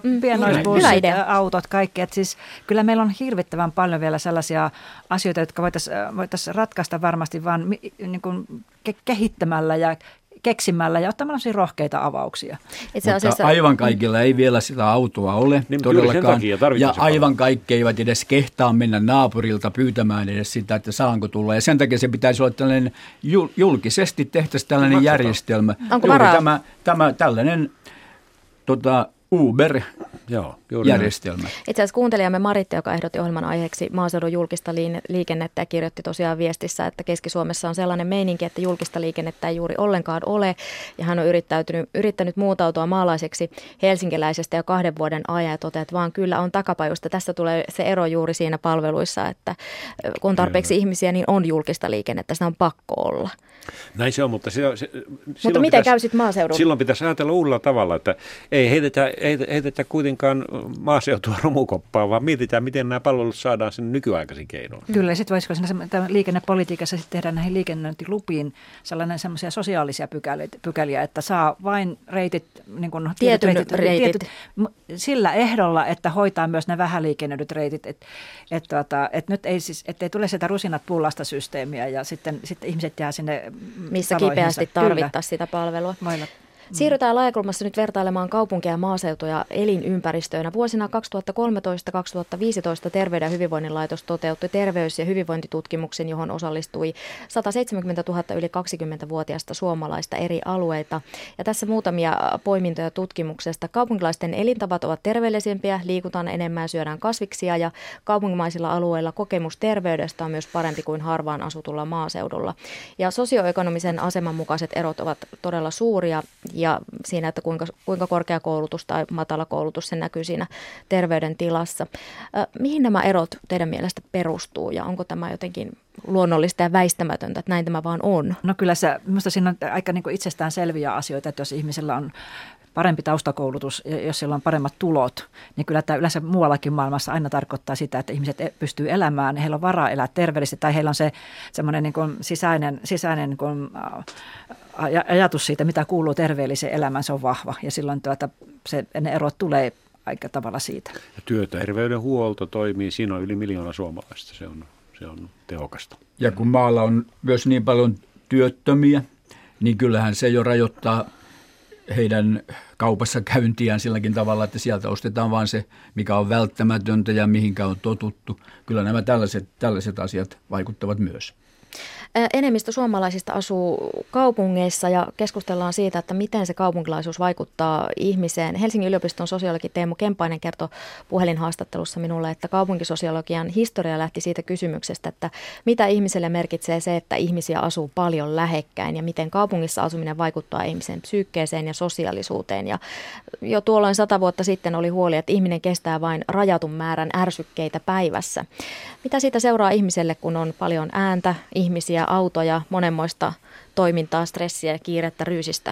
S1: Mm.
S3: pienoisbussit, autot, kaikki. Et siis, kyllä meillä on hirvittävän paljon vielä sellaisia asioita, jotka voitaisiin voitais ratkaista varmasti vaan niin kuin ke- kehittämällä ja keksimällä ja ottamalla rohkeita avauksia.
S4: Itse asiassa, mutta aivan kaikilla ei vielä sitä autoa ole
S5: niin,
S4: todellakaan. Ja aivan kaikki eivät edes kehtaa mennä naapurilta pyytämään edes sitä, että saanko tulla. Ja sen takia se pitäisi olla tällainen julkisesti tehtäisiin tällainen Maksataan. järjestelmä.
S1: Onko varaa?
S4: Tämä, tämä tällainen tota, Uber-järjestelmä.
S1: Itse asiassa kuuntelijamme Maritta, joka ehdotti ohjelman aiheeksi maaseudun julkista liikennettä ja kirjoitti tosiaan viestissä, että Keski-Suomessa on sellainen meininki, että julkista liikennettä ei juuri ollenkaan ole. Ja hän on yrittänyt, yrittänyt muutautua maalaiseksi helsinkiläisestä jo kahden vuoden ajan ja toteaa, että vaan kyllä on takapajusta. Tässä tulee se ero juuri siinä palveluissa, että kun on tarpeeksi kyllä. ihmisiä, niin on julkista liikennettä. Sitä on pakko olla.
S5: Näin se on, mutta, se, se,
S1: mutta miten pitäisi, käy sitten maaseudulla?
S5: Silloin pitäisi ajatella uudella tavalla, että ei heitetä, heitetä kuitenkaan maaseutua romukoppaa, vaan mietitään, miten nämä palvelut saadaan sen nykyaikaisin keinoin.
S3: Kyllä, sitten voisiko siinä liikennepolitiikassa sitten tehdä näihin liikennöintilupiin sellainen semmoisia sosiaalisia pykäliä, että saa vain reitit, niin kuin
S1: tietyn reitit, reitit.
S3: Tietyt, sillä ehdolla, että hoitaa myös nämä vähäliikennetyt reitit, että et, et, et nyt ei siis, ettei tule sitä rusinat pullasta systeemiä ja sitten, sitten ihmiset jää sinne
S1: missä kipeästi tarvittaisiin sitä palvelua.
S3: Mailla.
S1: Siirrytään Laajakulmassa nyt vertailemaan kaupunkeja ja maaseutuja elinympäristöinä. Vuosina kaksituhattakolmetoista kaksituhattaviisitoista Terveyden ja hyvinvoinnin laitos toteutti terveys- ja hyvinvointitutkimuksen, johon osallistui sataseitsemänkymmentätuhatta yli kaksikymmentävuotiaista suomalaista eri alueita. Ja tässä muutamia poimintoja tutkimuksesta. Kaupunkilaisten elintavat ovat terveellisempiä, liikutaan enemmän ja syödään kasviksia ja kaupunkimaisilla alueilla kokemus terveydestä on myös parempi kuin harvaan asutulla maaseudulla. Ja sosioekonomisen aseman mukaiset erot ovat todella suuria. Ja siinä, että kuinka, kuinka korkea koulutus tai matala koulutus se näkyy siinä terveydentilassa. Mihin nämä erot teidän mielestä perustuu ja onko tämä jotenkin luonnollista ja väistämätöntä, että näin tämä vaan on?
S3: No kyllä se, minusta siinä on aika niin kuin itsestään selviä asioita, että jos ihmisellä on parempi taustakoulutus, jos sillä on paremmat tulot, niin kyllä tämä yleensä muuallakin maailmassa aina tarkoittaa sitä, että ihmiset pystyy elämään, heillä on varaa elää terveellisesti tai heillä on se semmoinen niin kuin sisäinen, sisäinen niin kuin ajatus siitä, mitä kuuluu terveelliseen elämään, se on vahva ja silloin tuota, se, ne erot tulee aika tavalla siitä.
S5: Ja työterveydenhuolto toimii, siinä on yli miljoona suomalaista, se on, se on tehokasta.
S4: Ja kun maalla on myös niin paljon työttömiä, niin kyllähän se jo rajoittaa heidän kaupassa käyntiään silläkin tavalla, että sieltä ostetaan vain se, mikä on välttämätöntä ja mihinkä on totuttu. Kyllä nämä tällaiset, tällaiset asiat vaikuttavat myös.
S1: Enemmistö suomalaisista asuu kaupungeissa ja keskustellaan siitä, että miten se kaupunkilaisuus vaikuttaa ihmiseen. Helsingin yliopiston sosiologi Teemu Kempainen kertoi puhelinhaastattelussa minulle, että kaupunkisosiologian historia lähti siitä kysymyksestä, että mitä ihmiselle merkitsee se, että ihmisiä asuu paljon lähekkäin ja miten kaupungissa asuminen vaikuttaa ihmisen psyykkeeseen ja sosiaalisuuteen. Ja jo tuolloin sata vuotta sitten oli huoli, että ihminen kestää vain rajatun määrän ärsykkeitä päivässä. Mitä siitä seuraa ihmiselle, kun on paljon ääntä, ihmisiä, autoja, monenmoista toimintaa, stressiä ja kiirettä, ryysistä?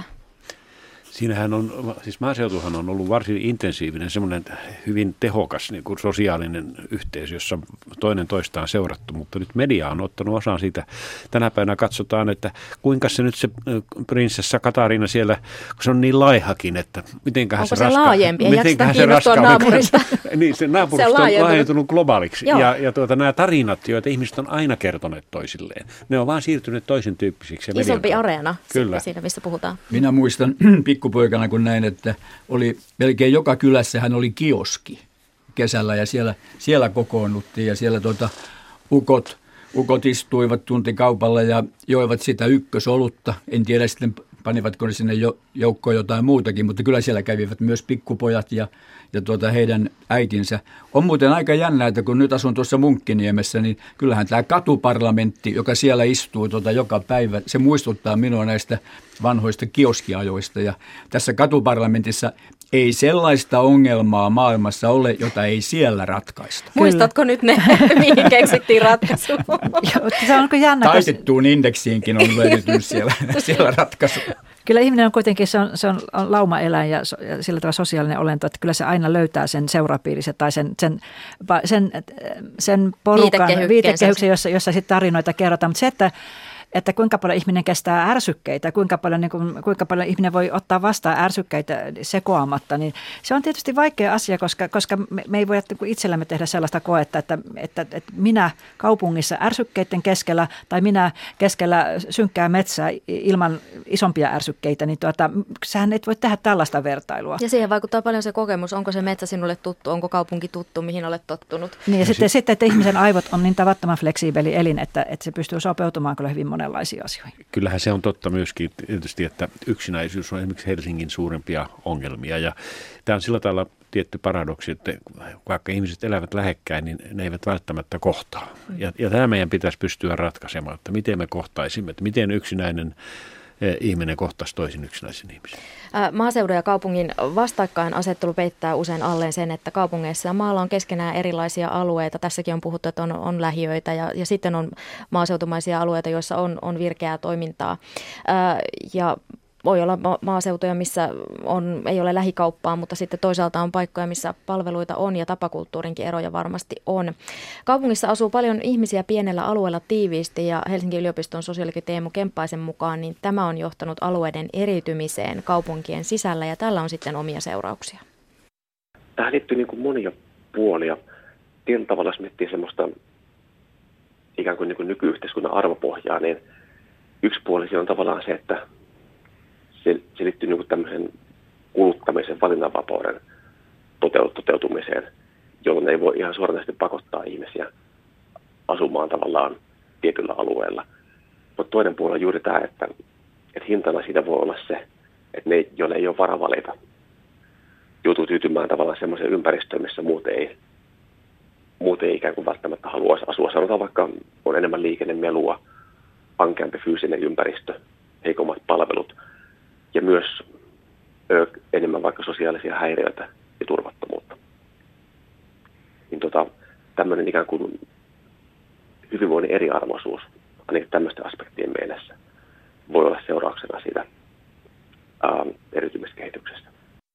S5: Siinähän on, siis maaseutuhan on ollut varsin intensiivinen, semmoinen hyvin tehokas niin kuin sosiaalinen yhteisö, jossa toinen toistaan seurattu, mutta nyt media on ottanut osaan siitä. Tänä päivänä katsotaan, että kuinka se nyt se prinsessa Katariina siellä, kun se on niin laihakin, että mitenköhän
S1: onko
S5: se,
S1: se
S5: raska,
S1: laajempi, ei jaksetaan kiinnostua naapurista.
S5: Niin, se naapurista on laajentunut, laajentunut globaaliksi. Joo. Ja, ja tuota, nämä tarinat, joita ihmiset on aina kertoneet toisilleen, ne on vaan siirtyneet toisen tyyppisiksi.
S1: Isompi areena siinä, missä puhutaan.
S4: Minä muistan pikkupoikana, kun näin, että oli melkein joka kylässä hän oli kioski kesällä ja siellä, siellä kokoonnuttiin ja siellä tuota, ukot, ukot istuivat tuntikaupalla ja joivat sitä ykkösolutta. En tiedä sitten panivatko ne sinne jo, joukkoon jotain muutakin, mutta kyllä siellä kävivät myös pikkupojat ja, ja tuota heidän äitinsä. On muuten aika jännää, että kun nyt asun tuossa Munkkiniemessä, niin kyllähän tämä katuparlamentti, joka siellä istuu tuota joka päivä, se muistuttaa minua näistä vanhoista kioskiajoista. Ja tässä katuparlamentissa ei sellaista ongelmaa maailmassa ole, jota ei siellä ratkaista.
S1: Muistatko nyt ne, mihin keksittiin ratkaisu?
S3: Se onko jännä?
S4: Taitettuun indeksiinkin on löytynyt siellä, siellä ratkaisu.
S3: Kyllä ihminen on kuitenkin, se on, se on laumaeläin ja, so, ja sillä tavalla sosiaalinen olento, että kyllä se aina löytää sen seurapiirissä tai sen, sen, sen, sen porukan, viitekehyksen, jossa, jossa sitten tarinoita kerrotaan. Mutta se, että että kuinka paljon ihminen kestää ärsykkeitä, kuinka paljon, niin kuin, kuinka paljon ihminen voi ottaa vastaan ärsykkeitä sekoamatta, niin se on tietysti vaikea asia, koska, koska me, me ei voi itsellämme tehdä sellaista koetta, että, että, että minä kaupungissa ärsykkeiden keskellä tai minä keskellä synkkää metsää ilman isompia ärsykkeitä, niin tuota, sähän et voi tehdä tällaista vertailua.
S1: Ja siihen vaikuttaa paljon se kokemus, onko se metsä sinulle tuttu, onko kaupunki tuttu, mihin olet tottunut.
S3: Niin ja, ja sitten, sit... sitten, että ihmisen aivot on niin tavattoman fleksiibeli elin, että, että se pystyy sopeutumaan kyllä hyvin monenlaisiin asioihin.
S5: Kyllähän se on totta myöskin tietysti, että yksinäisyys on esimerkiksi Helsingin suurimpia ongelmia. Ja tämä on sillä tavalla tietty paradoksi, että vaikka ihmiset elävät lähekkäin, niin ne eivät välttämättä kohtaa. Mm. Ja, ja tämä meidän pitäisi pystyä ratkaisemaan, että miten me kohtaisimme, että miten yksinäinen ihminen kohtaisi toisin yksinäisen ihmisen.
S1: Maaseudun ja kaupungin vastakkainasettelu peittää usein alleen sen, että kaupungeissa ja maalla on keskenään erilaisia alueita. Tässäkin on puhuttu, että on, on lähiöitä ja, ja sitten on maaseutumaisia alueita, joissa on, on virkeää toimintaa. Ää, ja voi olla ma- maaseutuja, missä on, ei ole lähikauppaa, mutta sitten toisaalta on paikkoja, missä palveluita on ja tapakulttuurinkin eroja varmasti on. Kaupungissa asuu paljon ihmisiä pienellä alueella tiiviisti ja Helsingin yliopiston sosiologi Teemu Kemppaisen mukaan niin tämä on johtanut alueiden eriytymiseen kaupunkien sisällä ja tällä on sitten omia seurauksia.
S7: Tähän liittyy niin kuin monia puolia. Tietyllä tavalla, jos miettii semmoista ikään kuin, niin kuin nykyyhteiskunnan arvopohjaa, niin yksi puoli on tavallaan se, että Se, se liittyy niin kuin tämmöisen kuluttamisen, valinnanvapauden toteutumiseen, jolloin ei voi ihan suoranaisesti pakottaa ihmisiä asumaan tavallaan tietyllä alueella. Mutta toinen puoli on juuri tämä, että, että hintana siitä voi olla se, että ne, joille ei ole varaa valita, joutuu tyytymään tavallaan semmoiseen ympäristöön, missä muut ei, muut ei ikään kuin välttämättä halua asua. Sanotaan vaikka on enemmän liikennemelua, ankeampi fyysinen ympäristö, heikommat palvelut, ja myös ö, enemmän vaikka sosiaalisia häiriöitä ja turvattomuutta. Niin tota, tämmöinen ikään kuin hyvinvoinnin eriarvoisuus, ainakin tämmöisten aspektien mielessä, voi olla seurauksena siitä ää, eriytymiskehityksestä.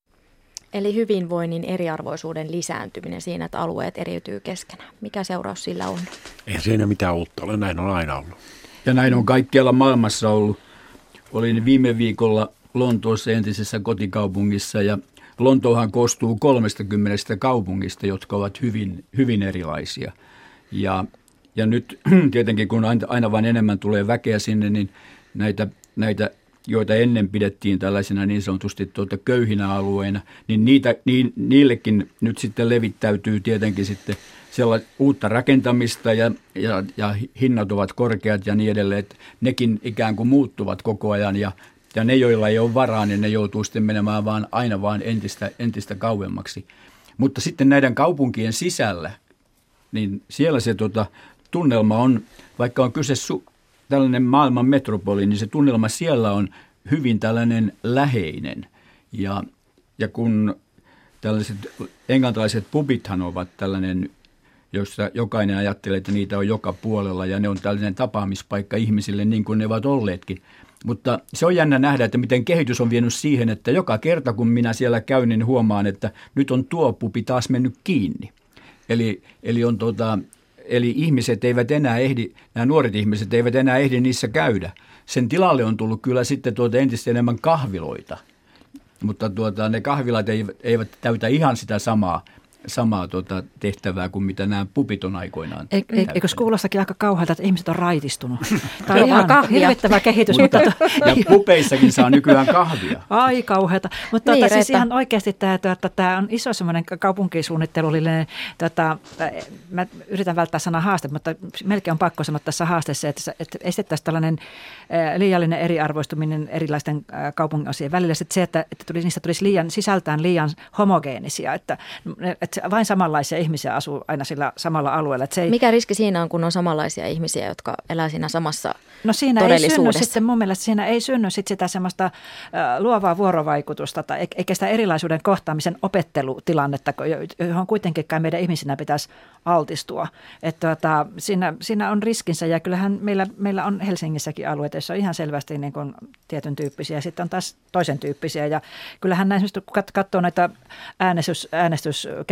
S1: Eli hyvinvoinnin eriarvoisuuden lisääntyminen siinä, että alueet eriytyy keskenään. Mikä seuraus sillä on?
S5: Ei siinä mitään uutta ole, näin on aina ollut.
S4: Ja näin on kaikkialla maailmassa ollut. Olin viime viikolla Lontoossa entisessä kotikaupungissa ja Lontoohan koostuu kolmestakymmenestä kaupungista, jotka ovat hyvin, hyvin erilaisia. Ja, ja nyt tietenkin kun aina vain enemmän tulee väkeä sinne, niin näitä, näitä joita ennen pidettiin tällaisina niin sanotusti tuota köyhinä alueina, niin, niitä, niin niillekin nyt sitten levittäytyy tietenkin sitten sellaista uutta rakentamista ja, ja, ja hinnat ovat korkeat ja niin edelleen, että nekin ikään kuin muuttuvat koko ajan ja Ja ne, joilla ei ole varaa, niin ne joutuu sitten menemään vaan aina vaan entistä, entistä kauemmaksi. Mutta sitten näiden kaupunkien sisällä, niin siellä se tota, tunnelma on, vaikka on kyse su, tällainen maailman metropoli, niin se tunnelma siellä on hyvin tällainen läheinen. Ja, ja kun tällaiset englantilaiset pubithan ovat tällainen, jossa jokainen ajattelee, että niitä on joka puolella ja ne on tällainen tapaamispaikka ihmisille niin kuin ne ovat olleetkin. Mutta se on jännä nähdä, että miten kehitys on vienyt siihen, että joka kerta kun minä siellä käyn, niin huomaan, että nyt on tuo pubi taas mennyt kiinni. Eli, eli, on tota, eli ihmiset eivät enää ehdi, nämä nuoret ihmiset eivät enää ehdi niissä käydä. Sen tilalle on tullut kyllä sitten tuota entistä enemmän kahviloita, mutta tuota, ne kahvilat eivät, eivät täytä ihan sitä samaa. samaa tuota, tehtävää kuin mitä nämä pupit on aikoinaan.
S3: E, e, eikö kuulostakin aika kauhealta, että ihmiset on raitistunut? Tämä on ihan hirvittävä kehitys.
S4: Mutta, ja pupeissakin saa nykyään kahvia.
S3: Ai kauheata. Mutta niin, tuota, siis ihan oikeasti tämä, tuota, tämä on iso semmoinen kaupunkisuunnittelullinen, tuota, mä yritän välttää sanaa haaste, mutta melkein on pakko sanoa tässä haasteessa, että, että estettäisiin tällainen liiallinen eriarvoistuminen erilaisten kaupunginosien välillä. Sitten se, että, että niistä tulisi liian, sisältään liian homogeenisia, että, että vain samanlaisia ihmisiä asuu aina sillä samalla alueella. Että se ei...
S1: Mikä riski siinä on, kun on samanlaisia ihmisiä, jotka elää siinä samassa
S3: no siinä ei synny sitten, mun mielestä siinä ei synny sit sitä semmoista äh, luovaa vuorovaikutusta tai eikä sitä erilaisuuden kohtaamisen opettelutilannetta, johon kuitenkin kai meidän ihmisinä pitäisi altistua. Että tuota, siinä, siinä on riskinsä ja kyllähän meillä, meillä on Helsingissäkin alueita, joissa on ihan selvästi niin kuin tietyn tyyppisiä ja sitten on taas toisen tyyppisiä. Ja kyllähän näin, kun katsoo näitä äänestys, äänestyskäyttäjiä,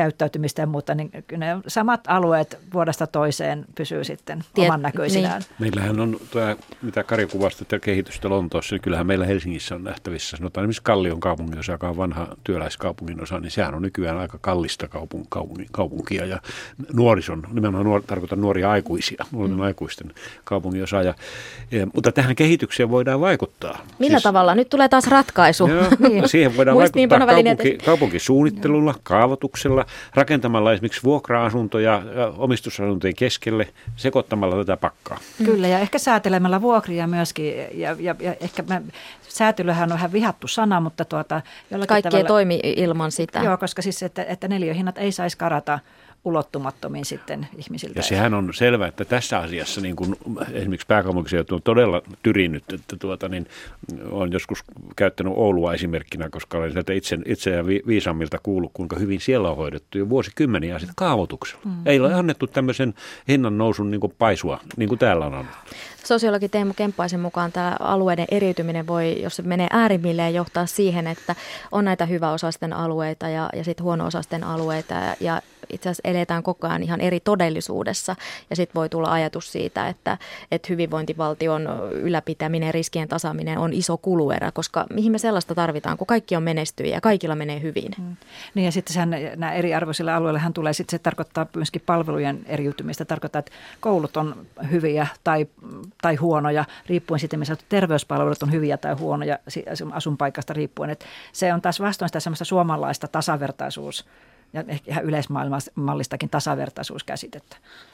S3: käyttäytymistä ja muuta, niin ne samat alueet vuodesta toiseen pysyy sitten
S1: Tiet,
S3: oman näköisinään.
S5: Niin. Meillähän on, tuo, mitä Kari kuvasi, että kehitystä Lontoossa, niin kyllähän meillä Helsingissä on nähtävissä. Sanotaan esimerkiksi Kallion kaupunginosa, joka on vanha työläiskaupungin osa, niin sehän on nykyään aika kallista kaupung, kaupungin, kaupunkia ja nuorison, nimenomaan nuor, tarkoitan nuoria aikuisia, nuorten mm. aikuisten kaupunginosa. Ja, ja, mutta tähän kehitykseen voidaan vaikuttaa.
S1: Millä siis, tavalla? Nyt tulee taas ratkaisu.
S5: Joo, siihen voidaan vaikuttaa kaupunki, kaupunkisuunnittelulla, kaavoituksella, rakentamalla esimerkiksi vuokra-asuntoja omistusasuntojen keskelle, sekoittamalla tätä pakkaa.
S3: Kyllä, ja ehkä säätelemällä vuokria myöskin, ja, ja, ja ehkä mä, säätelyhän on vähän vihattu sana, mutta tuota, jollakin
S1: kaikki
S3: tavalla,
S1: ei toimi ilman sitä.
S3: Joo, koska siis, että, että neliöhinnat ei saisi karata ulottumattomiin sitten ihmisiltä.
S5: Ja sehän on selvä, että tässä asiassa niin kuin esimerkiksi pääkaupunkiseutu on todella tyrinnyt, että tuota, niin olen joskus käyttänyt Oulua esimerkkinä, koska olen sieltä itse, itse ja viisammilta kuullut, kuinka hyvin siellä on hoidettu jo vuosikymmeniä sitten kaavoituksella. Mm. Ei ole annettu tämmöisen hinnan nousun niin kuin paisua, niin kuin täällä on annettu.
S1: Sosiologi Teemu Kemppaisen mukaan tämä alueiden eriytyminen voi, jos se menee äärimmilleen, johtaa siihen, että on näitä hyväosaisten alueita ja, ja sitten huono-osaisten alueita ja, ja itse asiassa eletään koko ajan ihan eri todellisuudessa ja sitten voi tulla ajatus siitä, että, että hyvinvointivaltion ylläpitäminen, riskien tasaaminen on iso kuluerä, koska mihin me sellaista tarvitaan, kun kaikki on menestyjiä ja kaikilla menee hyvin. Mm.
S3: Niin ja sitten sehän, nämä eriarvoisilla alueillehan tulee, sitten se tarkoittaa myöskin palvelujen eriytymistä, tarkoittaa, että koulut on hyviä tai, tai huonoja, riippuen sitten, missä terveyspalvelut on hyviä tai huonoja asuinpaikasta riippuen. Että se on taas vastoin sitä semmoista suomalaista tasavertaisuus ja ehkä ihan yleismaailmallistakin tasavertaisuuskäsitettä.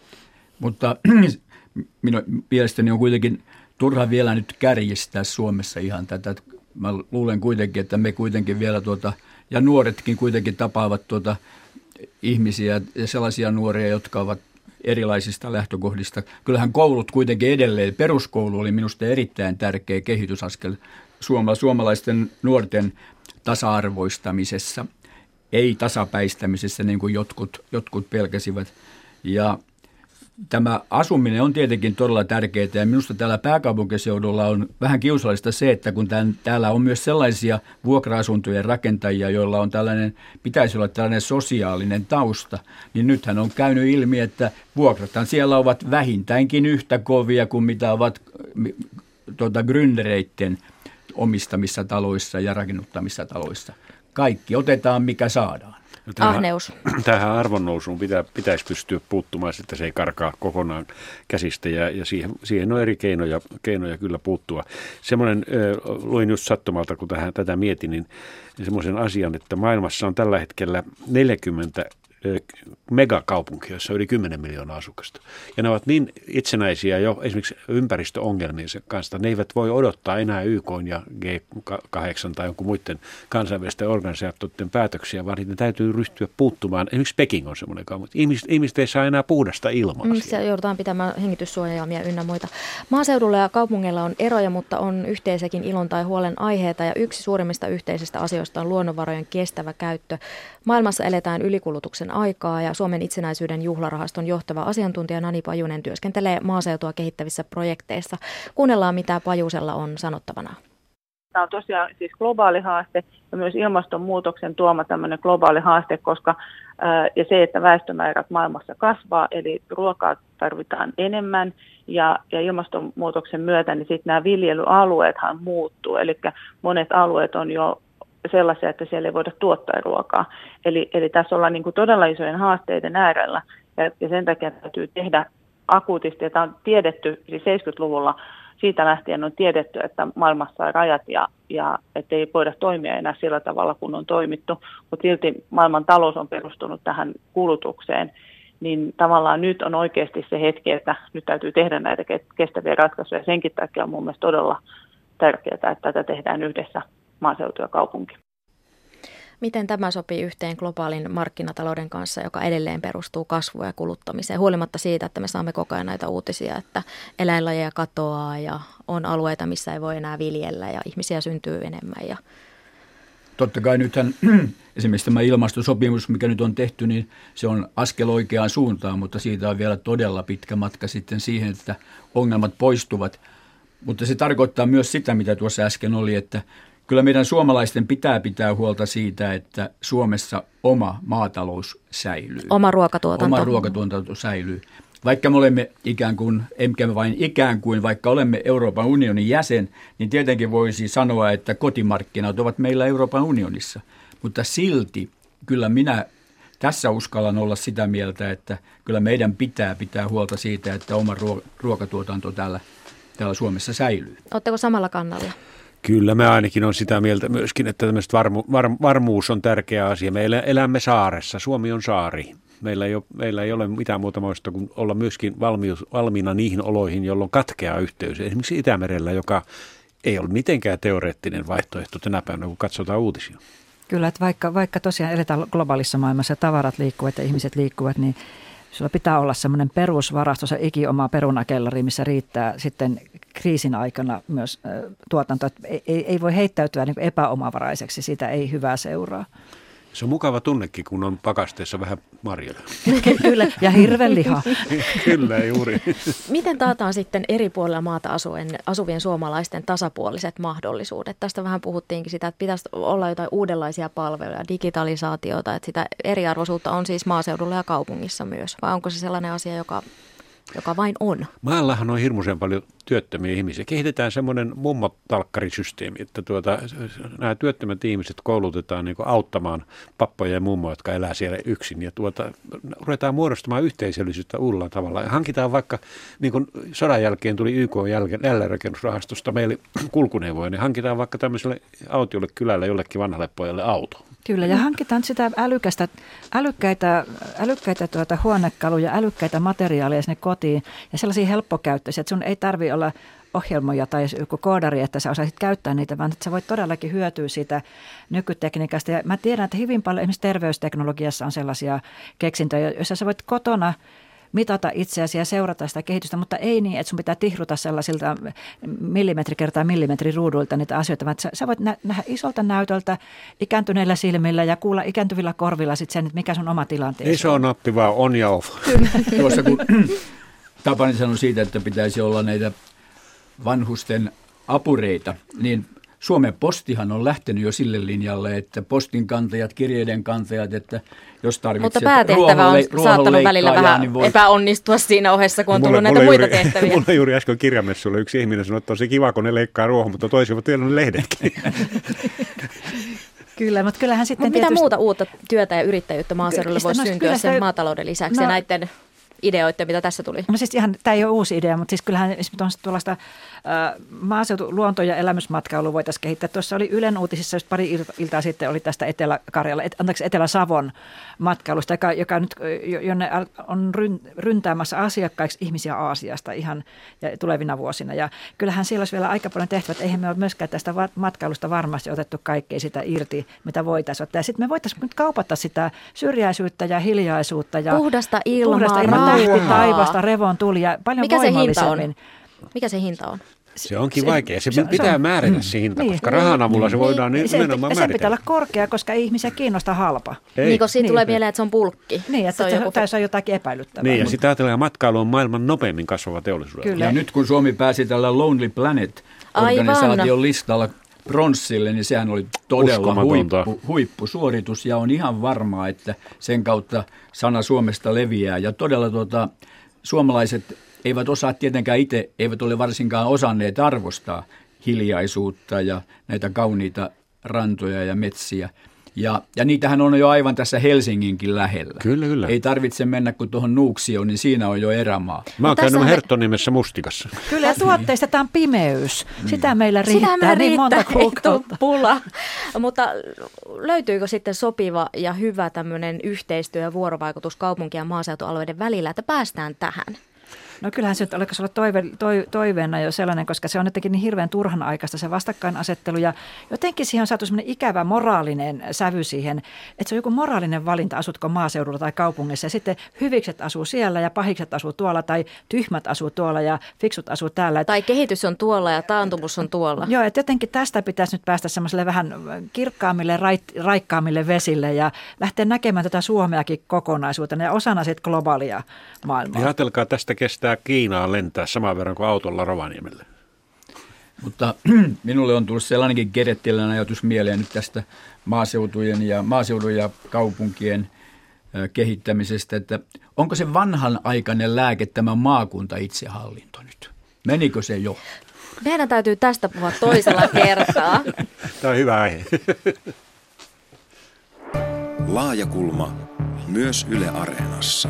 S4: Mutta minun mielestäni on kuitenkin turha vielä nyt kärjistää Suomessa ihan tätä. Mä luulen kuitenkin, että me kuitenkin vielä tuota, ja nuoretkin kuitenkin tapaavat tuota ihmisiä ja sellaisia nuoria, jotka ovat erilaisista lähtökohdista. Kyllähän koulut kuitenkin edelleen, peruskoulu oli minusta erittäin tärkeä kehitysaskel suomalaisten nuorten tasa-arvoistamisessa. Ei tasapäistämisessä, niin kuin jotkut, jotkut pelkäsivät. Ja tämä asuminen on tietenkin todella tärkeää. Ja minusta täällä pääkaupunkiseudulla on vähän kiusallista se, että kun tämän, täällä on myös sellaisia vuokra-asuntojen rakentajia, joilla on tällainen, pitäisi olla tällainen sosiaalinen tausta, niin nythän on käynyt ilmi, että vuokrathan siellä ovat vähintäänkin yhtä kovia kuin mitä ovat tuota, gründereiden omistamissa taloissa ja rakennuttamissa taloissa. Kaikki otetaan, mikä saadaan.
S1: Tähän, Ahneus.
S5: Tähän arvonnousuun pitä, pitäisi pystyä puuttumaan, että se ei karkaa kokonaan käsistä ja, ja siihen, siihen on eri keinoja, keinoja kyllä puuttua. Semmoinen, äh, luin just sattumalta, kun tähän, tätä mietin, niin semmoisen asian, että maailmassa on tällä hetkellä neljäkymmentä megakaupunkia, jossa on yli kymmenen miljoonaa asukasta. Ja ne ovat niin itsenäisiä jo esimerkiksi ympäristöongelmiensa kanssa, ne eivät voi odottaa enää Y K:n ja G kahdeksan tai jonkun muiden kansainvälisten organisaatioiden päätöksiä, vaan niitä täytyy ryhtyä puuttumaan. Esimerkiksi Peking on semmoinen kaupunki. Ihmiset, ihmiset ei saa enää puhdasta ilmaa. Mm,
S1: siellä joudutaan pitämään hengityssuojaimia ynnä muita. Maaseudulla ja kaupungeilla on eroja, mutta on yhteisiäkin ilon tai huolen aiheita ja yksi suurimmista yhteisistä asioista on luonnonvarojen kestävä käyttö. Maailmassa eletään ylikulutuksen aikaa ja Suomen itsenäisyyden juhlarahaston johtava asiantuntija Nani Pajunen työskentelee maaseutua kehittävissä projekteissa. Kuunnellaan, mitä Pajusella on sanottavana.
S8: Tämä on tosiaan siis globaali haaste ja myös ilmastonmuutoksen tuoma tämmöinen globaali haaste, koska ää, ja se, että väestömäärät maailmassa kasvaa, eli ruokaa tarvitaan enemmän ja, ja ilmastonmuutoksen myötä niin sitten nämä viljelyalueethan muuttuu, eli monet alueet on jo sellaisia, että siellä ei voida tuottaa ruokaa. Eli, eli tässä ollaan niin kuin todella isojen haasteiden äärellä ja, ja sen takia täytyy tehdä akuutisti, ja tämä on tiedetty, siis seitsemänkymmentäluvulla siitä lähtien on tiedetty, että maailmassa on rajat ja, ja ettei voida toimia enää sillä tavalla, kun on toimittu, mutta silti maailman talous on perustunut tähän kulutukseen, niin tavallaan nyt on oikeasti se hetki, että nyt täytyy tehdä näitä kestäviä ratkaisuja. Senkin takia on mun mielestä todella tärkeää, että tätä tehdään yhdessä maaseutu ja kaupunki.
S1: Miten tämä sopii yhteen globaalin markkinatalouden kanssa, joka edelleen perustuu kasvuun ja kuluttamiseen, huolimatta siitä, että me saamme koko ajan näitä uutisia, että eläinlajeja katoaa ja on alueita, missä ei voi enää viljellä ja ihmisiä syntyy enemmän. Ja...
S4: Totta kai nythän esimerkiksi tämä ilmastosopimus, mikä nyt on tehty, niin se on askel oikeaan suuntaan, mutta siitä on vielä todella pitkä matka sitten siihen, että ongelmat poistuvat. Mutta se tarkoittaa myös sitä, mitä tuossa äsken oli, että kyllä meidän suomalaisten pitää pitää huolta siitä, että Suomessa oma maatalous säilyy.
S1: Oma ruokatuotanto.
S4: Oma ruokatuotanto säilyy. Vaikka me olemme ikään kuin, emmekä vain ikään kuin, vaikka olemme Euroopan unionin jäsen, niin tietenkin voisi sanoa, että kotimarkkinat ovat meillä Euroopan unionissa. Mutta silti kyllä minä tässä uskallan olla sitä mieltä, että kyllä meidän pitää pitää huolta siitä, että oma ruokatuotanto täällä, täällä Suomessa säilyy.
S1: Oletteko samalla kannalla?
S5: Kyllä, mä ainakin on sitä mieltä myöskin, että tämmöistä varmu, var, varmuus on tärkeä asia. Me elämme saaressa, Suomi on saari. Meillä ei ole, meillä ei ole mitään muuta muista kuin olla myöskin valmius, valmiina niihin oloihin, jolloin katkeaa yhteys. Esimerkiksi Itämerellä, joka ei ole mitenkään teoreettinen vaihtoehto tänä päivänä, kun katsotaan uutisia.
S3: Kyllä, että vaikka, vaikka tosiaan eletään globaalissa maailmassa, tavarat liikkuvat ja ihmiset liikkuvat, niin sulla pitää olla semmoinen perusvarasto, se ikioma perunakellari, missä riittää sitten kriisin aikana myös äh, tuotanto. Ei, ei, ei voi heittäytyä niin kuin epäomavaraiseksi, sitä ei hyvää seuraa.
S5: Se on mukava tunnekin, kun on pakasteessa vähän marjoja.
S3: Kyllä, ja hirvenliha.
S5: Kyllä, juuri.
S1: Miten taataan sitten eri puolilla maata asuvien, asuvien suomalaisten tasapuoliset mahdollisuudet? Tästä vähän puhuttiinkin sitä, että pitäisi olla jotain uudenlaisia palveluja, digitalisaatiota, että sitä eriarvoisuutta on siis maaseudulla ja kaupungissa myös. Vai onko se sellainen asia, joka... joka vain on?
S5: Maallahan on hirmuisen paljon työttömiä ihmisiä. Kehitetään semmoinen mummotalkkarisysteemi, että tuota, nämä työttömät ihmiset koulutetaan niin kuin auttamaan pappoja ja mummoja, jotka elää siellä yksin. Ja tuota, ruvetaan muodostamaan yhteisöllisyyttä uudella tavalla. Ja hankitaan vaikka, niin kuin sodan jälkeen tuli Y K jälleenrakennusrahastosta meille kulkuneuvoja, niin hankitaan vaikka tämmöiselle autiolle kylälle jollekin vanhalle pojalle auto.
S3: Kyllä, ja hankitaan sitä älykästä, älykkäitä, älykkäitä tuota huonekaluja, älykkäitä materiaaleja sinne kotiin ja sellaisia helppokäyttöisiä, että sun ei tarvitse olla ohjelmoja tai joku koodari, että sä osaisit käyttää niitä, vaan että sä voit todellakin hyötyä siitä nykytekniikasta. Ja mä tiedän, että hyvin paljon esimerkiksi terveysteknologiassa on sellaisia keksintöjä, joissa sä voit kotona mitata itseäsi ja seurata sitä kehitystä, mutta ei niin, että sun pitää tihruta sellaisilta millimetri kertaa millimetri ruuduilta niitä asioita, vaan sä, sä voit nä- nähdä isolta näytöltä ikääntyneillä silmillä ja kuulla ikääntyvillä korvilla sitten sen, että mikä sun oma tilanteesi on.
S5: Iso nappi vaan on ja off.
S4: Tuossa kun Tapani sanoi siitä, että pitäisi olla näitä vanhusten apureita, niin Suomen Postihan on lähtenyt jo sille linjalle, että postin kantajat, kirjeiden kantajat, että jos tarvitset
S1: Mutta päätehtävä on
S4: ruohonle-
S1: saattanut välillä vähän
S4: niin voi...
S1: epäonnistua siinä ohessa, kun on
S5: mulle,
S1: tullut näitä
S5: mulle
S1: muita
S5: juuri,
S1: tehtäviä.
S5: Mulla juuri äsken kirjamessuilla yksi ihminen sanoi, että tosi kiva, kun ne leikkaa ruohon, mutta toisivat vielä ne lehdetkin.
S3: Kyllä, mutta kyllähän sitten
S1: Mut mitä
S3: tietysti...
S1: muuta uutta työtä ja yrittäjyyttä maaseudulle voisi
S3: no,
S1: syntyä sen
S3: sitä...
S1: maatalouden lisäksi
S3: no,
S1: ja näiden ideoita, mitä tässä tuli?
S3: No siis ihan, tämä ei ole uusi idea, mutta siis kyllähän esimerkiksi tuollaista äh, maaseutu-, luonto- ja elämysmatkailua voitaisiin kehittää. Tuossa oli Ylen uutisissa, just pari iltaa sitten oli tästä Etelä-Karjala, et, anteeksi Etelä-Savon matkailusta, joka, joka nyt, jonne on ryntäämässä asiakkaiksi ihmisiä Aasiasta ihan ja tulevina vuosina. Ja kyllähän siellä olisi vielä aika paljon tehtävät. Eihän me ole myöskään tästä matkailusta varmasti otettu kaikkea sitä irti, mitä voitaisiin ottaa. Ja sitten me voitaisiin nyt kaupata sitä syrjäisyyttä ja hiljaisuutta. Ja
S1: puhdasta ilmaa,
S3: puhdasta ilmaa, tähti taivasta, revon tuli ja paljon
S1: Mikä
S3: voimallisemmin.
S1: Se hinta on? Mikä se hinta on?
S5: Se onkin vaikea. Se, se pitää se määrätä se hinta,
S3: niin,
S5: koska rahan avulla se voidaan niin,
S3: se,
S5: nimenomaan
S3: sen
S5: määritellä.
S3: Sen pitää olla korkea, koska ei ihmisiä kiinnosta halpa.
S5: Ei.
S1: Niin, kun siitä
S3: niin.
S1: tulee mieleen, että se on pulkki.
S3: Niin, että se on, joku... on jotakin epäilyttävää.
S5: Niin, ja sitä ajatellaan, matkailu on maailman nopeimmin kasvava teollisuus.
S4: Ja nyt kun Suomi pääsi tällä Lonely Planet-organisaation listalla pronssille, niin sehän oli todella huippu, huippusuoritus ja on ihan varmaa, että sen kautta sana Suomesta leviää. Ja todella tuota, suomalaiset eivät osaa tietenkään itse, eivät ole varsinkaan osanneet arvostaa hiljaisuutta ja näitä kauniita rantoja ja metsiä. Ja, ja niitähän on jo aivan tässä Helsinginkin lähellä.
S5: Kyllä, kyllä.
S4: Ei tarvitse mennä kuin tuohon Nuuksioon, niin siinä on jo erämaa.
S5: Mä oon käynyt Herttonimessä mustikassa.
S3: Kyllä, ja tuotteistetaan pimeys. Sitä meillä riittää, Sitä
S1: meillä
S3: niin
S1: riittää,
S3: monta kuukautta.
S1: Pula. Mutta löytyykö sitten sopiva ja hyvä tämmöinen yhteistyö ja vuorovaikutus kaupunki- ja maaseutualueiden välillä, että päästään tähän?
S3: No kyllähän se nyt oliko olla toive, toi, toiveena jo sellainen, koska se on jotenkin niin hirveän turhan aikaista se vastakkainasettelu ja jotenkin siihen on saatu semmoinen ikävä moraalinen sävy siihen, että se on joku moraalinen valinta, asutko maaseudulla tai kaupungissa ja sitten hyvikset asuu siellä ja pahikset asuu tuolla tai tyhmät asuu tuolla ja fiksut asuu täällä.
S1: Tai kehitys on tuolla ja taantumus on tuolla.
S3: Joo, että jotenkin tästä pitäisi nyt päästä semmoiselle vähän kirkkaammille, raikkaammille vesille ja lähteä näkemään tätä Suomeakin kokonaisuutena ja osana sitten globaalia maailmaa.
S5: Ja ajatelkaa, tästä kestää Kiinaan lentää saman verran kuin autolla Rovaniemelle.
S4: Mutta minulle on tullut sellainenkin kerettiläinen ajatus mieleen nyt tästä maaseutujen ja, maaseudun ja kaupunkien kehittämisestä, että onko se vanhanaikainen lääke tämä maakunta itsehallinto nyt? Menikö se jo?
S1: Meidän täytyy tästä puhua toisella kertaa.
S5: Tämä on hyvä aihe.
S9: Laajakulma myös Yle Areenassa.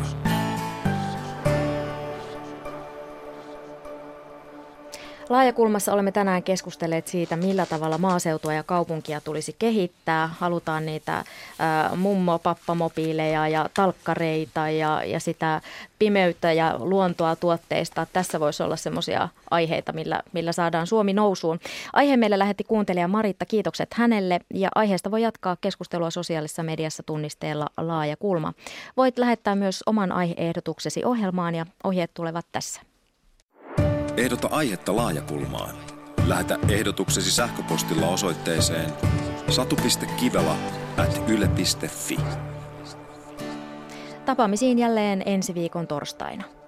S1: Laajakulmassa olemme tänään keskustelleet siitä, millä tavalla maaseutua ja kaupunkia tulisi kehittää. Halutaan niitä ä, mummo-pappamobiileja ja talkkareita ja, ja sitä pimeyttä ja luontoa tuotteista. Tässä voisi olla semmoisia aiheita, millä, millä saadaan Suomi nousuun. Aiheen meille lähetti kuuntelija Maritta. Kiitokset hänelle. Ja aiheesta voi jatkaa keskustelua sosiaalisessa mediassa tunnisteella Laajakulma. Voit lähettää myös oman aihe-ehdotuksesi ohjelmaan ja ohjeet tulevat tässä.
S9: Ehdota aihetta Laajakulmaan. Lähetä ehdotuksesi sähköpostilla osoitteeseen satu piste kivelä ät yle piste fi.
S1: Tapaamisiin jälleen ensi viikon torstaina.